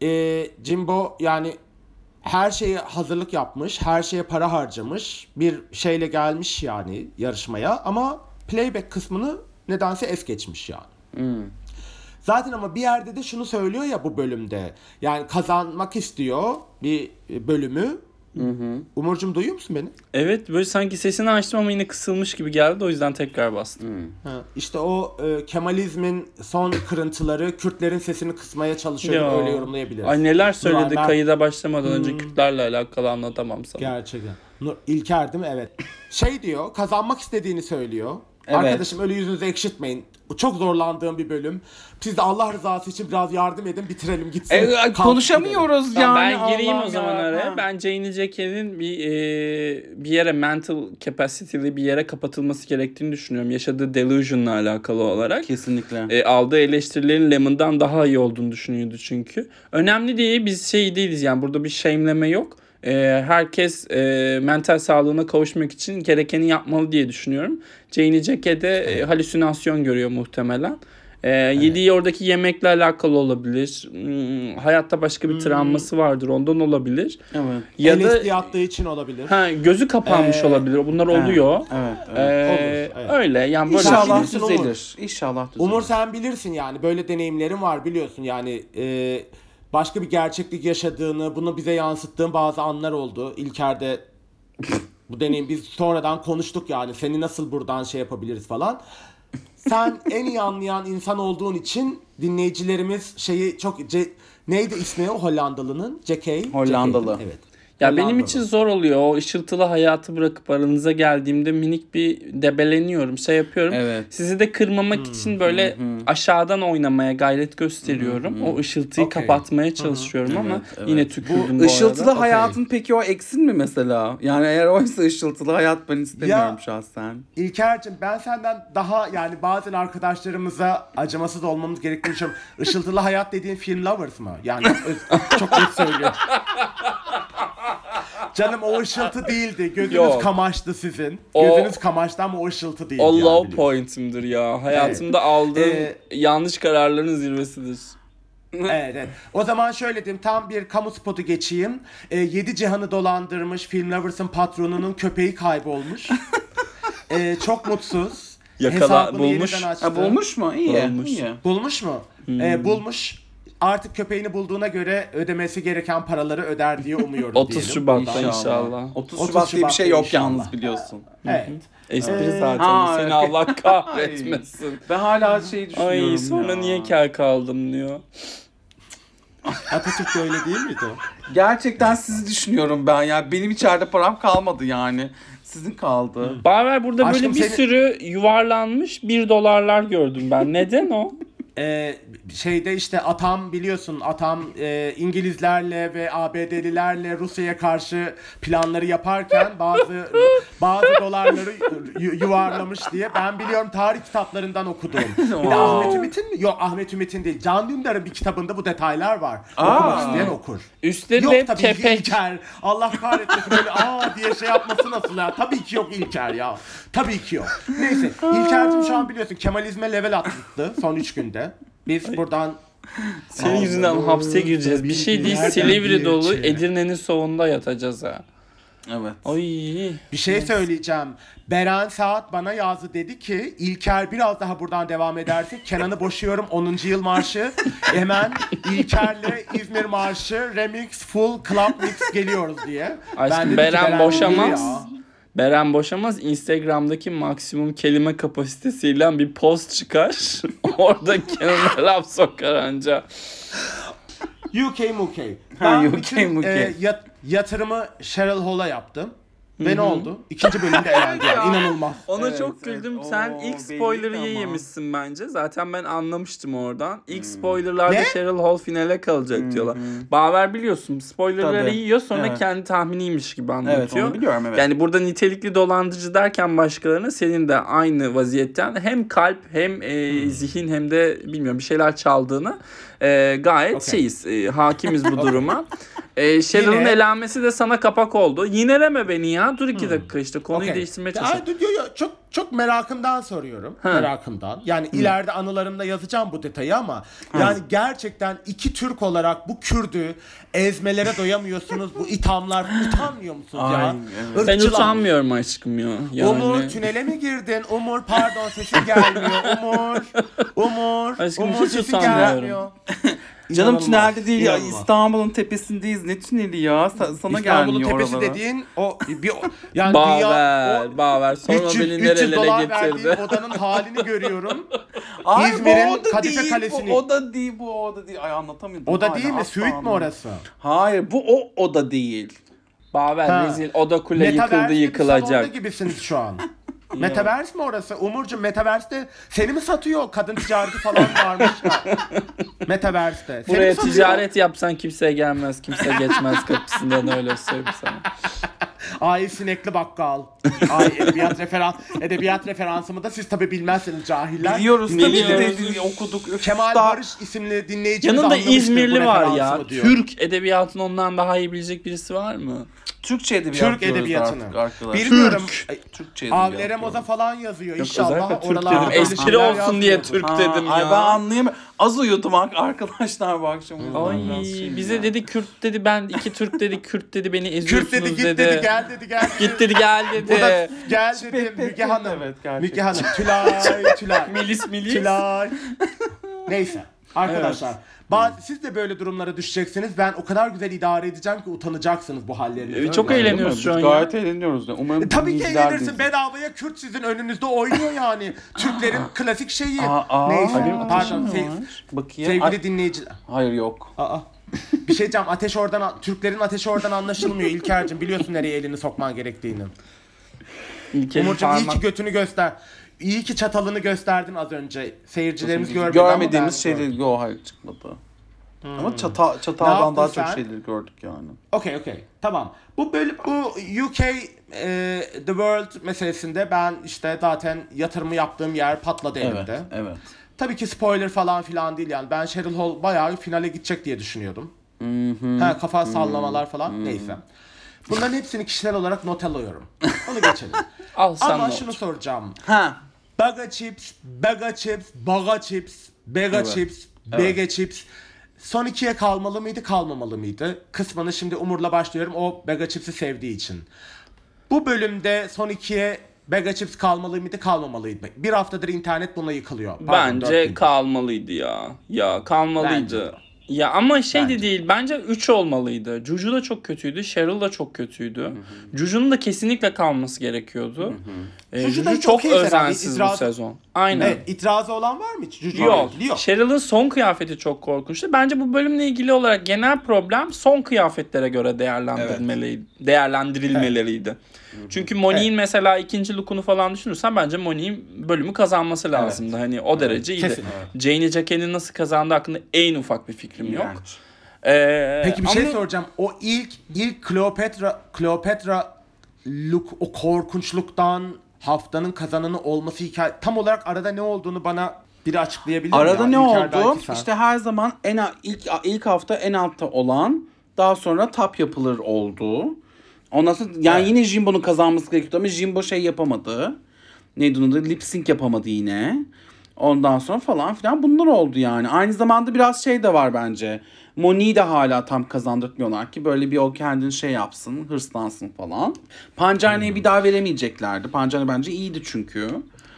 Jimbo yani her şeye hazırlık yapmış, her şeye para harcamış, bir şeyle gelmiş yani yarışmaya ama playback kısmını nedense es geçmiş yani. Zaten ama bir yerde de şunu söylüyor ya bu bölümde. Yani kazanmak istiyor bir bölümü. Umurcuğum duyuyor musun beni? Evet, böyle sanki sesini açtım ama yine kısılmış gibi geldi, o yüzden tekrar bastım. İşte o Kemalizmin son kırıntıları Kürtlerin sesini kısmaya çalışıyor, öyle yorumlayabiliriz. Ay neler söyledi Nur, kayıda başlamadan önce Kürtlerle alakalı, anlatamam sana. Gerçekten. İlker değil mi? Evet. Şey diyor, kazanmak istediğini söylüyor. Evet. Arkadaşım öyle yüzünüzü ekşitmeyin. Çok zorlandığım bir bölüm. Siz de Allah rızası için biraz yardım edin, bitirelim gitsin. Konuşamıyoruz Tamam, yani. ben gireyim Allah'ım o zaman ya. araya. Ben Jane Jack'in bir yere mental capacity'li bir yere kapatılması gerektiğini düşünüyorum. Yaşadığı delusion'la alakalı olarak. Kesinlikle. Aldığı eleştirilerin Lemon'dan daha iyi olduğunu düşünüyordu çünkü. Önemli değil, biz şey değiliz yani, burada bir shame'leme yok. Herkes mental sağlığına kavuşmak için gerekeni yapmalı diye düşünüyorum. Jane Jack'e halüsinasyon görüyor muhtemelen. Yediği oradaki yemekle alakalı olabilir. Hayatta başka bir travması vardır, ondan olabilir. Evet. Ya da LSD attığı için olabilir. Gözü kapanmış olabilir. Bunlar oluyor. Evet. Olur, evet. Öyle yani böyle İnşallah bilirsin düzelir. İnşallah düzelir. Umur sen bilirsin yani böyle deneyimlerin var biliyorsun yani başka bir gerçeklik yaşadığını, bunu bize yansıttığın bazı anlar oldu. İlker'de bu deneyim biz sonradan konuştuk yani seni nasıl buradan şey yapabiliriz falan. Sen en iyi anlayan insan olduğun için dinleyicilerimiz şeyi çok neydi ismi o Hollandalı'nın? J.K. Hollandalı. Evet. Ya Hollandalı. benim için zor oluyor. O ışıltılı hayatı bırakıp aranıza geldiğimde minik bir debeleniyorum, şey yapıyorum. Evet. Sizi de kırmamak için böyle aşağıdan oynamaya gayret gösteriyorum. O ışıltıyı Okey. kapatmaya çalışıyorum ama evet. yine tükürdüm bu Işıltılı arada. hayatın peki o eksin mi mesela? Yani eğer oysa ışıltılı hayat ben istemiyorum Ya- şahsen. İlker'cim ben senden daha yani bazen arkadaşlarımıza acımasız olmamız gerektiğini düşünüyorum. Işıltılı hayat dediğin film Lovers mı? Yani çok net söylüyorum. Canım o ışıltı değildi. Gözünüz Yok. kamaştı sizin. O- Gözünüz kamaştı ama o ışıltı değildi. O yani, low biliyorsun. point'imdir ya. Hayatımda aldığım yanlış kararların zirvesidir. Evet, evet. O zaman şöyle diyeyim, tam bir kamu spotu geçeyim. 7 cihanı dolandırmış Film Lovers'ın patronunun köpeği kaybolmuş. Çok mutsuz. Hesabını bulmuş. yeniden açtı. Bulmuş mu? İyi. Bulmuş. iyi. Bulmuş mu? Bulmuş. Artık köpeğini bulduğuna göre ödemesi gereken paraları öder diye umuyoruz 30 diyelim. Şubat'ta inşallah. 30 30 Şubat diye bir şey Şubat'ta yok inşallah. yalnız biliyorsun. Evet. Espri zaten. Ha, Seni okey. Allah kahretmesin. Ben hala şey düşünüyorum Ay sonra ya. niye kel kaldım diyor. Atatürk de öyle değil miydi o? Gerçekten sizi düşünüyorum ben ya. Benim içeride param kalmadı yani. Sizin kaldı. Baver burada Aşkım böyle bir seni- sürü yuvarlanmış $1 gördüm ben. Neden o? Şeyde işte atam biliyorsun İngilizlerle ve ABD'lilerle Rusya'ya karşı planları yaparken bazı dolarları yuvarlamış diye ben biliyorum, tarih kitaplarından okudum. Bir de Ahmet Ümit'in mi? Yok, Ahmet Ümit'in değil. Can Dündar'ın bir kitabında bu detaylar var. Okumak isteyen okur. Üstleri Yok de tabii kepek. İlker. Allah kahretmesin böyle diye şey yapması nasıl ya? Tabii ki yok İlker ya. Tabii ki yok. Neyse İlker'cim şu an biliyorsun Kemalizme level attı son 3 günde. Biz buradan Senin yüzünden hapse gireceğiz. Bir şey değil, Nereden Silivri dolu bir şey? Edirne'nin soğunda yatacağız ha. Evet. Ay. bir şey söyleyeceğim. Beren Saat bana yazdı, dedi ki İlker biraz daha buradan devam ederse Kenan'ı boşuyorum 10. yıl marşı. Hemen İlker'le İzmir marşı remix full club mix geliyoruz diye. Aşkım dedim ki, Beren boşamaz. ya. Beren boşamaz. Instagram'daki maksimum kelime kapasitesiyle bir post çıkar. Orada Kenan'a laf sokar anca. UK. Ha, Ben UK. bütün yatırımı Cheryl Hall'a yaptım. Ve ne oldu? İkinci bölümde elendi yani. İnanılmaz. Ona Evet, çok evet. güldüm. Sen Oo, ilk belliydi spoiler'ı ama. yemişsin bence. Zaten ben anlamıştım oradan. İlk spoiler'larda Ne? Cheryl Hall finale kalacak diyorlar. Baver biliyorsun spoiler'ları Tabii. yiyor sonra Evet. kendi tahminiymiş gibi Evet, anlatıyor. onu biliyorum, evet. Yani burada nitelikli dolandırıcı derken başkalarına senin de aynı vaziyetten hem kalp hem zihin hem de bilmiyorum bir şeyler çaldığını gayet Okay. şeyiz. Hakimiz bu duruma. Cheryl'ın Yine- elenmesi de sana kapak oldu. Yineleme beni ya. Dur 2 dakika işte konuyu Okey. değiştirmeye Ay, çalışıyorum. çok merakımdan soruyorum. Merakımdan. Yani ileride anılarımda yazacağım bu detayı ama yani gerçekten iki Türk olarak bu Kürdü ezmelere doyamıyorsunuz. Bu ithamlar utanmıyor musunuz ya? Ay, evet. Ben Irkçılar. utanmıyorum aşkım ya. Yani... Umur tünele mi girdin? Umur pardon sesin gelmiyor. Umur. Aşkım, Umur hiç sesin utanmıyorum. gelmiyor. Canım İnanılmaz, tünelde değil ya, inanılmaz. İstanbul'un tepesindeyiz. Ne tüneli ya? Sana İstanbul'un gelmiyor tepesi oralara. dediğin yani dünya Baver. Sonra 300, beni 300 nerelere dolar verdiğim getirdi. odanın halini görüyorum. Ay, İzmir'in bu oda Kadife değil, Kalesi'ni- Bu oda değil, bu oda değil. Ay, anlatamıyorum. Oda Hala değil mi? asla Suite mi anlamadım. orası? Hayır, bu o oda değil. Baver Ha. rezil. Oda kule yıkıldı Metaverse bir salonda yıkılacak. gibisiniz şu an. Metaverse mi orası? Umurcuğum Metaverse'de seni mi satıyor? Kadın ticareti falan varmış ya. Metaverse'de. Seni Buraya mi satıyor? ticaret yapsan kimse gelmez, kimse geçmez kapısından öyle söyleyeyim sana. Ay sinekli bakkal. Ay edebiyat referansımı da siz tabi bilmezsiniz cahiller. Biliyoruz tabii Biliyoruz. ki de okuduk. Üf, Kemal daha- Barış isimli dinleyicimiz Yanında anlamıştır bu İzmirli var ya. referansımı diyor. Türk edebiyatını ondan daha iyi bilecek birisi var mı? Türkçe edebiyat Türk diyoruz edebiyatını. artık arkadaşlar. Bilmiyorum. Türkçe edebiyat Avlere moza diyoruz. falan yazıyor. Yok, İnşallah özellikle Türk oralarda dedim. böyle Espri şeyler olsun diye yazmıyordur. Türk dedim ya. Ay, ben anlayamıyorum. Az uyudum arkadaşlar bu akşam. Ay bize dedi Kürt dedi ben 2 Türk dedi Kürt dedi beni Kürt eziyorsunuz dedi git dedi gel dedi gel dedi. Git dedi gel O da dedi. gel dedi Pek, Müge Hanım. evet, gerçekten. Müge Hanım. Tülay. Milis. Tülay. Neyse arkadaşlar. Siz de böyle durumlara düşeceksiniz. Ben o kadar güzel idare edeceğim ki utanacaksınız bu hallerinizden. Çok Yani. eğleniyoruz şu an ya. Gayet eğleniyoruz. Umarım Tabii ki dinleyiciler de eğlenirsin. izler. Bedavaya Kürt sizin önünüzde oynuyor yani. Türklerin klasik şeyi. Aa, Neyse. benim Pardon. ateşim var. Bakayım. Sevgili dinleyiciler. Hayır, yok. Aa. Bir şey diyeceğim. Türklerin ateşi oradan anlaşılmıyor İlker'cim. Biliyorsun nereye elini sokman gerektiğini. İlker'in Umurcuğum iyi parmak- ki götünü göster. İyi ki çatalını gösterdin az önce. Seyircilerimiz görmedi ama Görmediğimiz ben şeyleri gördüm. yok, hayır çıkmadı. Ama Ne çataldan yaptın daha çok sen? şeyleri gördük yani. Okey. Tamam. Bu UK The World meselesinde ben işte zaten yatırımı yaptığım yer patladı elimde. Evet. Tabii ki spoiler falan filan değil yani. Ben Cheryl Hall bayağı finale gidecek diye düşünüyordum. Kafa sallamalar falan. Neyse. Bunların hepsini kişisel olarak not alıyorum. Onu geçelim. Al sen Ama not. şunu soracağım. Ha. Baga chips, Bega Evet. chips, BG chips. Son 2'ye kalmalı mıydı, kalmamalı mıydı? Kısmını şimdi Umur'la başlıyorum. O Bega chips'i sevdiği için. Bu bölümde son 2'ye Bega chips kalmalı mıydı, kalmamalıydı? Bir haftadır internet buna yıkılıyor. Pardon, 4 Bence gündür. kalmalıydı ya. Ya kalmalıydı. Bence de. Ya ama şey Bence de değil. Bence 3 olmalıydı. Juju da çok kötüydü. Cheryl da çok kötüydü. Juju'nun da kesinlikle kalması gerekiyordu. Juju da Juju çok iyi herhalde. özensiz bu sezon. Aynen. Evet, itirazı olan var mı hiç? Juju Yok. ile ilgili Cheryl'ın son kıyafeti çok korkunçtu. Bence bu bölümle ilgili olarak genel problem son kıyafetlere göre değerlendirilmeleriydi. Çünkü Monique'in mesela ikinci look'unu falan düşünürsen bence Monique'in bölümü kazanması lazımdı. Hani o derece iyiydi. kesinlikle. Janie Jacquet'in nasıl kazandığı hakkında en ufak bir fikrim yok. İğrenç. Peki bir şey ama- soracağım. O ilk Kleopatra look, o korkunçluktan haftanın kazananı olması hikaye tam olarak arada ne olduğunu bana biri açıklayabilir mi? Arada ya? ne İlker, oldu? belki sen. İşte her zaman ilk hafta en altta olan, daha sonra top yapılır oldu. Ondan sonra yani Evet. yine Jimbo'nun kazanması gerekiyordu ama Jimbo şey yapamadı. Neydi onun adı? Lip sync yapamadı yine. Ondan sonra falan filan bunlar oldu yani. Aynı zamanda biraz şey de var bence. Moni'yi de hala tam kazandırtmıyorlar ki böyle bir o kendini şey yapsın, hırslansın falan. Pancarne'yi bir daha veremeyeceklerdi. Pancarne bence iyiydi çünkü.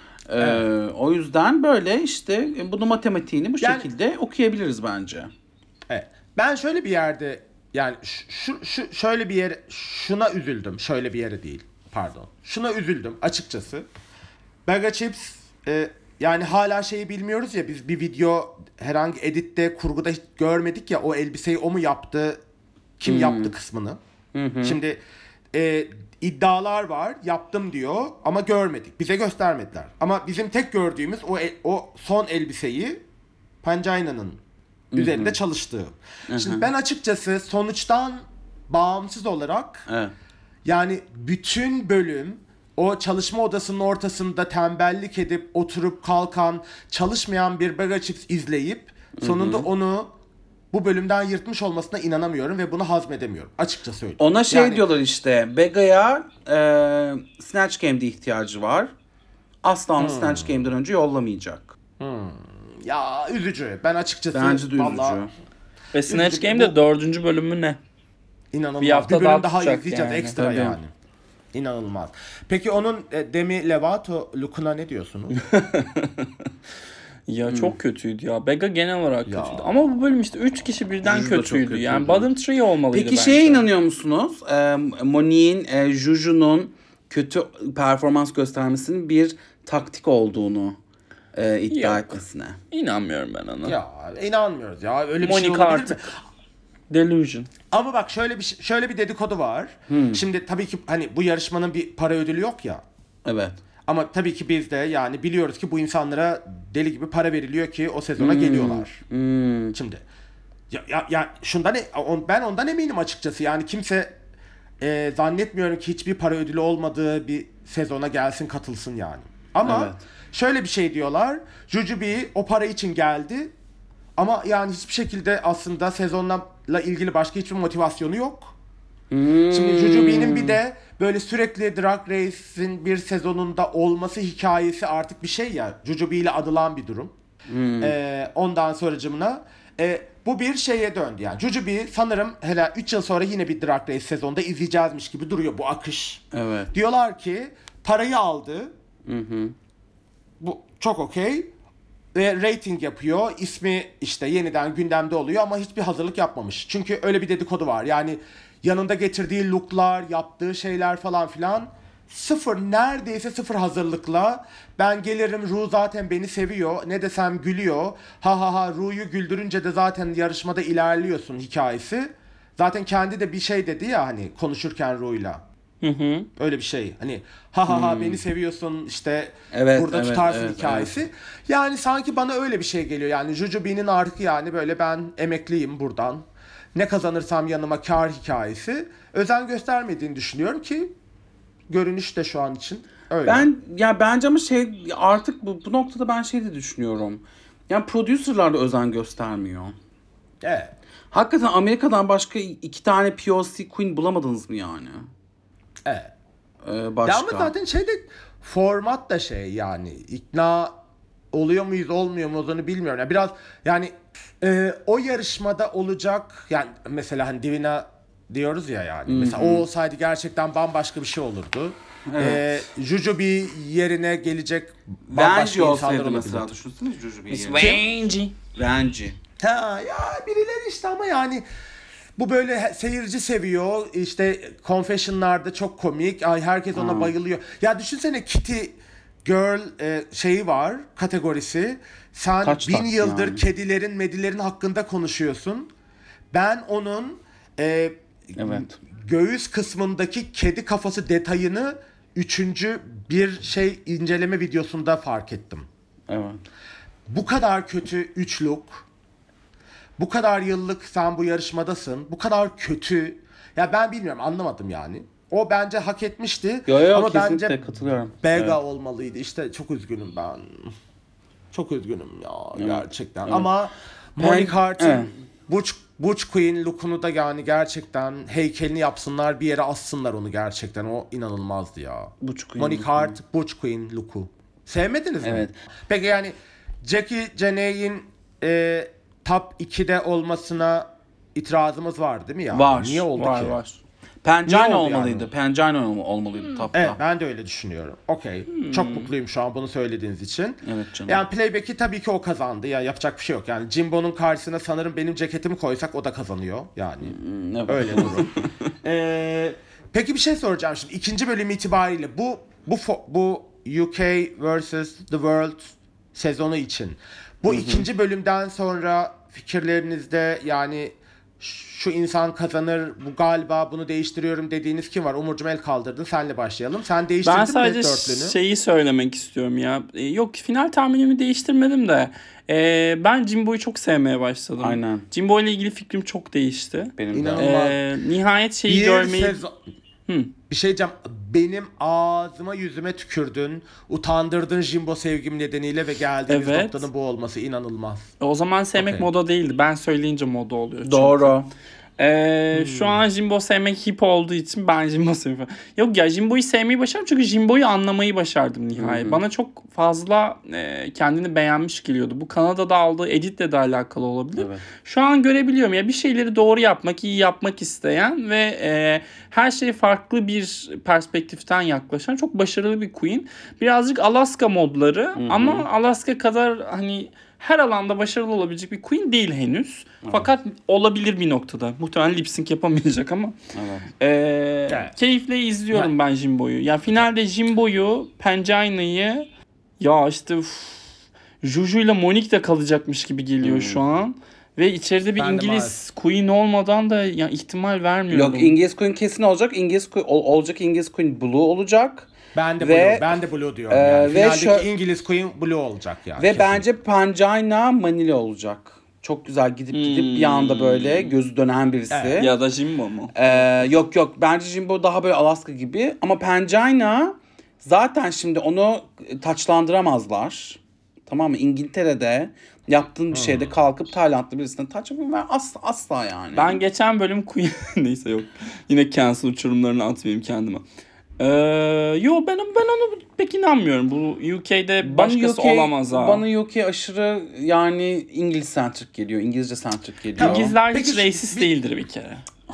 O yüzden böyle işte bunu matematiğini bu Yani- şekilde okuyabiliriz bence. Evet. Ben şöyle bir yerde yani şöyle bir yere şuna üzüldüm. Şöyle bir yere değil. Pardon. Şuna üzüldüm açıkçası. Baga Chips yani hala şeyi bilmiyoruz ya, biz bir video herhangi editte, kurguda hiç görmedik ya, o elbiseyi o mu yaptı, kim yaptı kısmını. Şimdi iddialar var. Yaptım diyor ama görmedik. Bize göstermediler. Ama bizim tek gördüğümüz o son elbiseyi Pancayna'nın üzerinde çalıştığı. Şimdi ben açıkçası sonuçtan bağımsız olarak Evet. yani bütün bölüm o çalışma odasının ortasında tembellik edip oturup kalkan çalışmayan bir Begga Chips izleyip sonunda onu bu bölümden yırtmış olmasına inanamıyorum ve bunu hazmedemiyorum. Açıkça söyleyeyim. Ona şey Yani- diyorlar işte, Begga'ya Snatch Game'de ihtiyacı var. Asla onu Snatch Game'den önce yollamayacak. Ya üzücü. Ben açıkçası Bence de vallahi üzücü. Ve Snatch üzücü. Game'de 4. bölümü ne? İnanılmaz. Bir hafta bir bölüm daha daha tutacak izleyeceğiz yani. ekstra Tabii. yani. İnanılmaz. Peki onun Demi Lovato look'una ne diyorsunuz? Ya çok kötüydü ya. Begga genel olarak Ya. kötüydü. Ama bu bölüm işte 3 kişi birden Juju da çok kötüydü. kötüydü. Yani bottom 3 olmalıydı Peki bence. şeye inanıyor musunuz? Monique'in Juju'nun kötü performans göstermesinin bir taktik olduğunu iddia Yok. etmesine. İnanmıyorum ben ona. Ya inanmıyoruz ya. Öyle bir Monica şey olabilir artık. mi? Delusion. Ama bak şöyle bir dedikodu var. Şimdi tabii ki hani bu yarışmanın bir para ödülü yok ya. Evet. Ama tabii ki biz de yani biliyoruz ki bu insanlara deli gibi para veriliyor ki o sezona geliyorlar. Şimdi ya şundan ben ondan eminim açıkçası. Yani kimse zannetmiyorum ki hiçbir para ödülü olmadığı bir sezona gelsin katılsın yani. Ama Evet. şöyle bir şey diyorlar. Jujubee o para için geldi. Ama yani hiçbir şekilde aslında sezonla ilgili başka hiçbir motivasyonu yok. Şimdi Jujubee'nin bir de böyle sürekli Drag Race'in bir sezonunda olması hikayesi artık bir şey ya. Jujubee ile adılan bir durum. Ondan sonracımına bu bir şeye döndü yani. Jujubee sanırım hele 3 yıl sonra yine bir Drag Race sezonda izleyeceğizmiş gibi duruyor bu akış. Evet. Diyorlar ki parayı aldı. Bu çok okey. Ve rating yapıyor. İsmi işte yeniden gündemde oluyor ama hiçbir hazırlık yapmamış. Çünkü öyle bir dedikodu var. Yani yanında getirdiği looklar, yaptığı şeyler falan filan neredeyse sıfır hazırlıkla ben gelirim, Ru zaten beni seviyor, ne desem gülüyor, ha ha ha, Ru'yu güldürünce de zaten yarışmada ilerliyorsun hikayesi. Zaten kendi de bir şey dedi ya hani konuşurken Ru'yla. Öyle bir şey. Hani ha ha ha beni seviyorsun işte Evet, burada evet, tutarsın evet, hikayesi. Yani sanki bana öyle bir şey geliyor. Yani Jujubee'nin artık yani böyle ben emekliyim buradan. Ne kazanırsam yanıma kar hikayesi. Özen göstermediğini düşünüyorum ki görünüş de şu an için öyle. Bence ama şey artık bu noktada ben şey de düşünüyorum. Yani producerlar da özen göstermiyor. Evet. Hakikaten Amerika'dan başka 2 tane POC Queen bulamadınız mı yani? Evet. Başka. Ya ama zaten format da yani ikna oluyor muyuz olmuyor muyuz onu bilmiyorum. Yani biraz yani o yarışmada olacak yani mesela hani Divina diyoruz ya yani. Mesela o olsaydı gerçekten bambaşka bir şey olurdu. Evet. Jujubee yerine gelecek Vanjie bambaşka insanlar olsaydı olabilir. mesela düşünsene Jujubee'yi. Miss Vanjie. Vanjie. Ha ya birileri işte ama yani bu böyle seyirci seviyor. İşte Confession'larda çok komik. Ay herkes ona bayılıyor. Ya düşünsene Kitty Girl şeyi var, kategorisi. Sen Kaç 1000 tak yıldır yani? medilerin hakkında konuşuyorsun. Ben onun Evet. göğüs kısmındaki kedi kafası detayını 3. bir inceleme videosunda fark ettim. Evet. Bu kadar kötü 3 look. Bu kadar yıllık sen bu yarışmadasın. Bu kadar kötü. Ya ben bilmiyorum, anlamadım yani. O bence hak etmişti. Yo, ama kesinlikle bence katılıyorum. Begga Evet. olmalıydı. İşte çok üzgünüm ben. Çok üzgünüm ya gerçekten. evet. Ama Monique Hart'ın Evet. Butch Queen look'unu da yani gerçekten heykelini yapsınlar, bir yere assınlar onu gerçekten. O inanılmazdı ya. Butch Queen Monique look'u. Hart, Butch Queen look'u. Sevmediniz mi? Evet. Peki yani Jackie Janae'in top 2'de olmasına itirazımız var değil mi ya? Var. Niye oldu Var ki? var. Pengine Niye oldu olmalıydı. yani? Pengine olmalıydı tapta. Evet, ben de öyle düşünüyorum. Okey. Çok mutluyum şu an bunu söylediğiniz için. Evet canım. Yani playback'i tabii ki o kazandı. Ya yapacak bir şey yok. Yani Jimbo'nun karşısına sanırım benim ceketimi koysak o da kazanıyor. Yani Evet. öyle durum. Peki bir şey soracağım şimdi. İkinci bölüm itibariyle bu UK vs. The World sezonu için bu ikinci bölümden sonra fikirlerinizde yani şu insan kazanır, bu galiba bunu değiştiriyorum dediğiniz kim var? Umurcuğum el kaldırdın, senle başlayalım. Sen değiştirdin Ben mi sadece dörtlünü? şeyi söylemek istiyorum ya. Yok, final tahminimi değiştirmedim de. Ben Jimbo'yu çok sevmeye başladım. Aynen. Jimbo ile ilgili fikrim çok değişti. Benim de. İnanılmaz. Nihayet şeyi Bir görmeyi... sezon... Bir şey diyeceğim. Benim ağzıma yüzüme tükürdün. Utandırdın Jimbo sevgim nedeniyle ve geldiğimiz Evet. noktanın bu olması inanılmaz. O zaman sevmek Okey. moda değildi. Ben söyleyince moda oluyor. çünkü. Doğru. Şu an Jimbo sevmek hip olduğu için ben Jimbo seviyorum. Yok ya, Jimbo'yu sevmeyi başardım çünkü Jimbo'yu anlamayı başardım nihayet. Bana çok fazla kendini beğenmiş geliyordu. Bu Kanada'da aldığı editle de alakalı olabilir. Evet. Şu an görebiliyorum ya, bir şeyleri doğru yapmak, iyi yapmak isteyen ve her şeye farklı bir perspektiften yaklaşan çok başarılı bir queen. Birazcık Alaska modları ama Alaska kadar hani her alanda başarılı olabilecek bir queen değil henüz. Fakat olabilir bir noktada. Muhtemelen lip sync yapamayacak ama. Evet. Evet. Keyifle izliyorum ben Jimbo'yu. Ya finalde Jimbo'yu, Pangina'yı, ya işte Juju ile Monique de kalacakmış gibi geliyor şu an. Ve içeride bir Ben de İngiliz maalesef. queen olmadan da ya ihtimal vermiyorum. Yok, İngiliz Queen kesin olacak. Olacak İngiliz Queen Blue olacak. Ben de Ve- Blue, ben de Blue diyorum yani. ve Finaldeki İngiliz Queen Blue olacak yani. Ve kesin. bence Pangina Manila olacak. Çok güzel gidip bir anda böyle gözü dönen birisi. Evet. Ya da Jimbo mu? Yok bence Jimbo daha böyle Alaska gibi. Ama Pangina zaten şimdi onu taçlandıramazlar. Tamam mı? İngiltere'de yaptığın bir şeyde kalkıp Taylandlı birisine taç yapamam. Asla yani. Ben geçen bölüm queen... Neyse yok. Yine cancel uçurumlarını atmayayım kendime. Yo ben onu pek inanmıyorum. Bu UK'de başkası olamaz ha. Bana UK aşırı yani İngiliz centric geliyor. İngilizce centric geliyor. İngilizler Peki hiç racist değildir bir kere.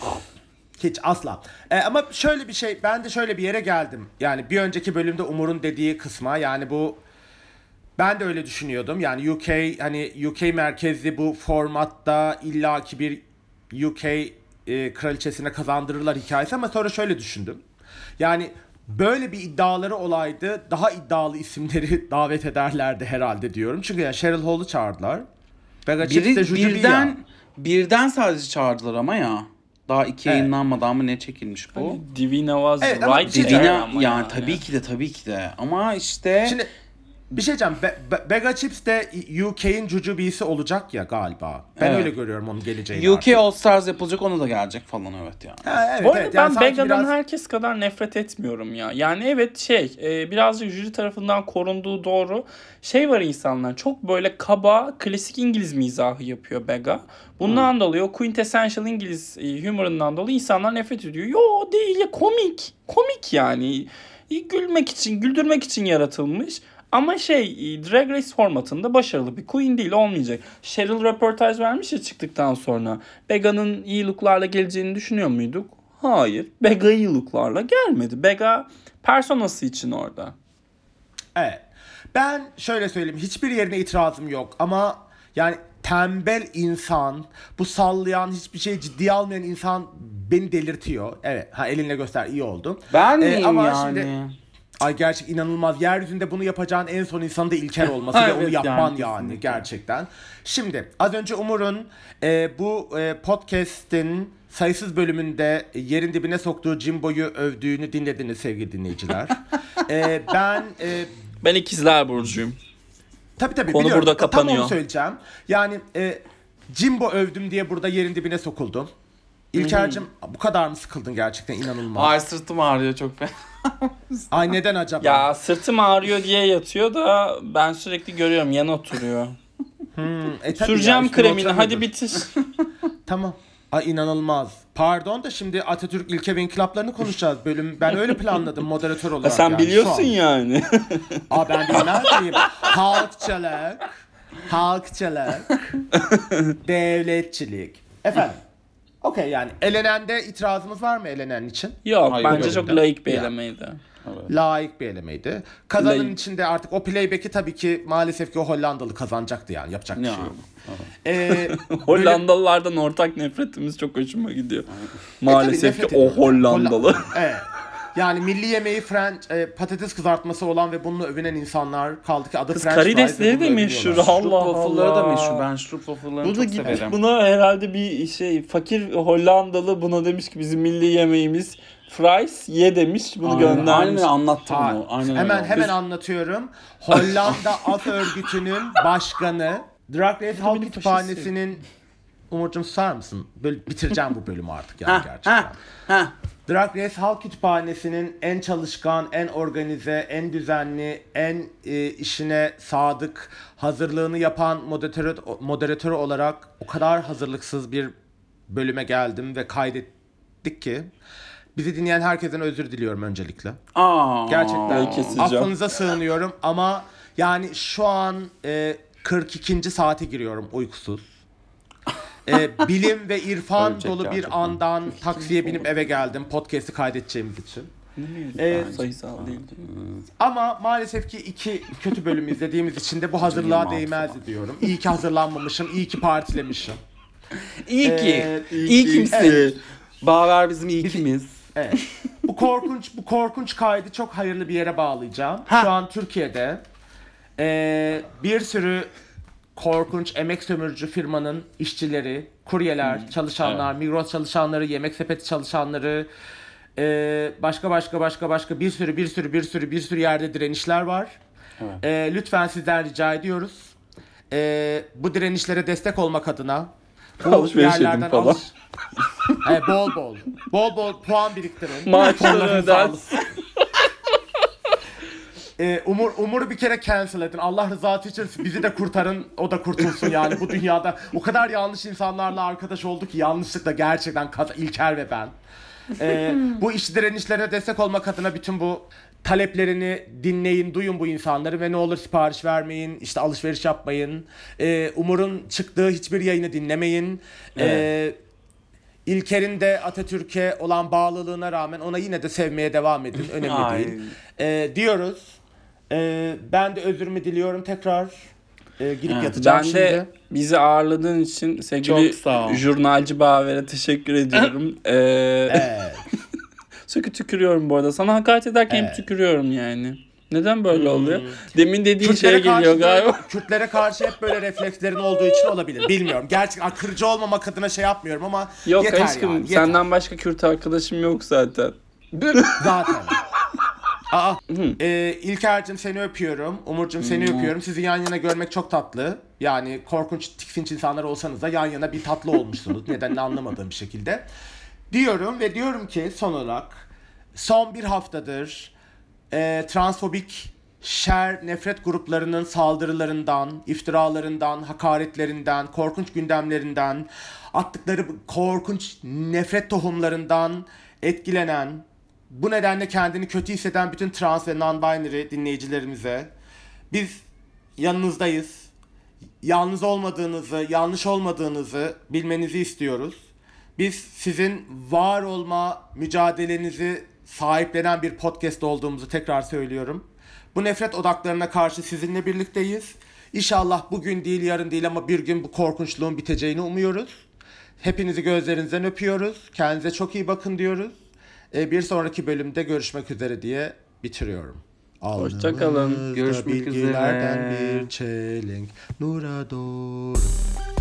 Hiç asla. Ama şöyle bir şey, ben de şöyle bir yere geldim. Yani bir önceki bölümde Umur'un dediği kısma, yani bu ben de öyle düşünüyordum. Yani UK, hani UK merkezli bu formatta illaki bir UK kraliçesine kazandırırlar hikayesi, ama sonra şöyle düşündüm. Yani böyle bir iddiaları olaydı daha iddialı isimleri davet ederlerdi herhalde diyorum. Çünkü yani Cheryl Hall'u çağırdılar. Vega Chips de Juju Bia. birden sadece çağırdılar ama ya. Daha iki Evet. yayınlanmadan mı ne çekilmiş bu? Divina was Evet, ama right bir şey there Divina ama yani tabii ki de ama işte Şimdi bir şey diyeceğim. Vega Chips de UK'in Jujubee olacak ya galiba. Ben Evet. öyle görüyorum onun geleceğini UK artık. All Stars yapılacak, ona da gelecek falan evet yani. Ha, evet, Bu arada evet. ben Yani sanki Bega'dan biraz... herkes kadar nefret etmiyorum ya. Yani evet birazcık jüri tarafından korunduğu doğru. Şey var, insanlar çok böyle kaba klasik İngiliz mizahı yapıyor Bega. Bundan dolayı o quintessential İngiliz humorundan dolayı insanlar nefret ediyor. Yo değil ya, komik. Komik yani. Gülmek için, güldürmek için yaratılmış. Ama Drag Race formatında başarılı bir queen değil, olmayacak. Cheryl röportaj vermiş ya çıktıktan sonra. Bega'nın iyi looklarla geleceğini düşünüyor muyduk? Hayır. Bega iyi looklarla gelmedi. Bega personası için orada. Evet. Ben şöyle söyleyeyim. Hiçbir yerine itirazım yok ama yani tembel insan, bu sallayan, hiçbir şeyi ciddiye almayan insan beni delirtiyor. Evet. Ha, elinle göster, iyi oldu. Ben miyim ama yani? şimdi ay gerçek inanılmaz. Yeryüzünde bunu yapacağın en son insanın da İlker olması ve Evet, onu yapman yani kesinlikle. gerçekten. Şimdi az önce Umur'un bu podcast'in sayısız bölümünde yerin dibine soktuğu Jimbo'yu övdüğünü dinlediniz sevgili dinleyiciler. Ben ikizler burcuyum. Tabii Konu biliyorum. burada Tam kapanıyor. onu söyleyeceğim. Yani Jimbo övdüm diye burada yerin dibine sokuldum. İlker'cim bu kadar mı sıkıldın gerçekten, inanılmaz. Ay sırtım ağrıyor çok fena. Ay neden acaba? Ya sırtım ağrıyor diye yatıyor da ben sürekli görüyorum yan oturuyor. Tabii Süreceğim üstüne kremini, hadi oturamıyordur. bitir. Tamam. Ay inanılmaz. Pardon da şimdi Atatürk ilke ve inkılaplarını konuşacağız bölüm. Ben öyle planladım moderatör olarak. Sen yani, biliyorsun şu an. yani. Ben bilmez miyim? Halkçılık, devletçilik. Efendim. Okey, yani elenende itirazımız var mı elenen için? Yok, Hayır, bence yok. çok layık bir Ya. elemeydi. Layık bir elemeydi. Kazanan Layık. içinde artık o playback'i tabii ki maalesef ki o Hollandalı kazanacaktı yani. Yapacak bir Ya. şey yok. Hollandalılardan ortak nefretimiz çok hoşuma gidiyor. Maalesef nefret ki o ediyorum. Hollandalı. Evet. Yani milli yemeği patates kızartması olan ve bununla övünen insanlar kaldı ki adı Kız French fries ve karidesleri de bununla meşhur. övünüyorlar. Şurup Allah waffle'ları da Allah. meşhur. Ben şurup waffle'larını Bu da çok gitmiş severim. buna herhalde bir fakir Hollandalı buna demiş ki bizim milli yemeğimiz fries ye demiş bunu Aynen göndermiş. öyle anlattı Ha, bunu. Aynen öyle hemen olmuş. hemen anlatıyorum. Hollanda Af Örgütü'nün başkanı Drag Race Halk benim Kütüphanesi'nin Umurcuğum susar mısın? Bitireceğim bu bölümü artık yani Ha, gerçekten. ha. Drag Race Halk Kütüphanesi'nin en çalışkan, en organize, en düzenli, en işine sadık, hazırlığını yapan moderatörü olarak o kadar hazırlıksız bir bölüme geldim ve kaydettik ki bizi dinleyen herkesten özür diliyorum öncelikle. Gerçekten Belki keseceğim. affınıza sığınıyorum ama yani şu an 42. saate giriyorum uykusuz. Bilim ve irfan Ölecek dolu bir gerçekten. andan taksiye binip eve geldim podcast'i kaydedeceğimiz için. Sayısal değil. Ama maalesef ki 2 kötü bölüm izlediğimiz için de bu hazırlığa 26 değmezdi diyorum. İyi ki hazırlanmamışım, iyi ki partilemişim. İyi ki. iyi İyi ki. kimsin. Evet. Bağlar bizim ilkimiz. Evet. Bu korkunç kaydı çok hayırlı bir yere bağlayacağım. Ha. Şu an Türkiye'de bir sürü korkunç emek sömürücü firmanın işçileri, kuryeler, çalışanlar, Migros çalışanları, Yemek Sepeti çalışanları, başka bir sürü yerde direnişler var. Evet. Lütfen sizden rica ediyoruz. Bu direnişlere destek olmak adına bu Alışveriş edin falan. bol puan biriktirin. Maaşları Tonlarınızı öder. alın. Umur'u bir kere cancel edin. Allah rızası için bizi de kurtarın. O da kurtulsun yani bu dünyada. O kadar yanlış insanlarla arkadaş olduk ki yanlışlıkla gerçekten İlker ve ben. Bu iş direnişlerine destek olmak adına bütün bu taleplerini dinleyin, duyun bu insanları ve ne olur sipariş vermeyin, işte alışveriş yapmayın. Umur'un çıktığı hiçbir yayını dinlemeyin. İlker'in de Atatürk'e olan bağlılığına rağmen ona yine de sevmeye devam edin. Önemli Ay. değil. Diyoruz. Ben de özürümü diliyorum tekrar. Gidip yatacağım Ben şimdi. de bizi ağırladığın için sevgili Çok sağ ol. jurnalci Baver'e teşekkür ediyorum. Evet. Sürekli tükürüyorum bu arada. Sana hakaret ederken hep tükürüyorum yani. Neden böyle oluyor? Demin dediğin şeye geliyor galiba. Kürtlere karşı hep böyle reflekslerin olduğu için olabilir. Bilmiyorum. Gerçekten kırıcı olmamak adına şey yapmıyorum ama Yok yeter aşkım yani. Yeter. senden başka Kürt arkadaşım yok zaten. Zaten. İlker'cim seni öpüyorum. Umur'cum seni öpüyorum. Sizi yan yana görmek çok tatlı. Yani korkunç tiksinç insanlar olsanız da yan yana bir tatlı olmuşsunuz. Nedenini anlamadığım bir şekilde. Diyorum ki son olarak son bir haftadır transfobik nefret gruplarının saldırılarından, iftiralarından, hakaretlerinden, korkunç gündemlerinden, attıkları korkunç nefret tohumlarından etkilenen, bu nedenle kendini kötü hisseden bütün trans ve non-binary dinleyicilerimize biz yanınızdayız. Yalnız olmadığınızı, yanlış olmadığınızı bilmenizi istiyoruz. Biz sizin var olma mücadelenizi sahiplenen bir podcast olduğumuzu tekrar söylüyorum. Bu nefret odaklarına karşı sizinle birlikteyiz. İnşallah bugün değil, yarın değil ama bir gün bu korkunçluğun biteceğini umuyoruz. Hepinizi gözlerinizden öpüyoruz. Kendinize çok iyi bakın diyoruz. Bir sonraki bölümde görüşmek üzere diye bitiriyorum. Hoşça kalın. Görüşmek üzere. Bilgilerden bir çelenk nura doğru.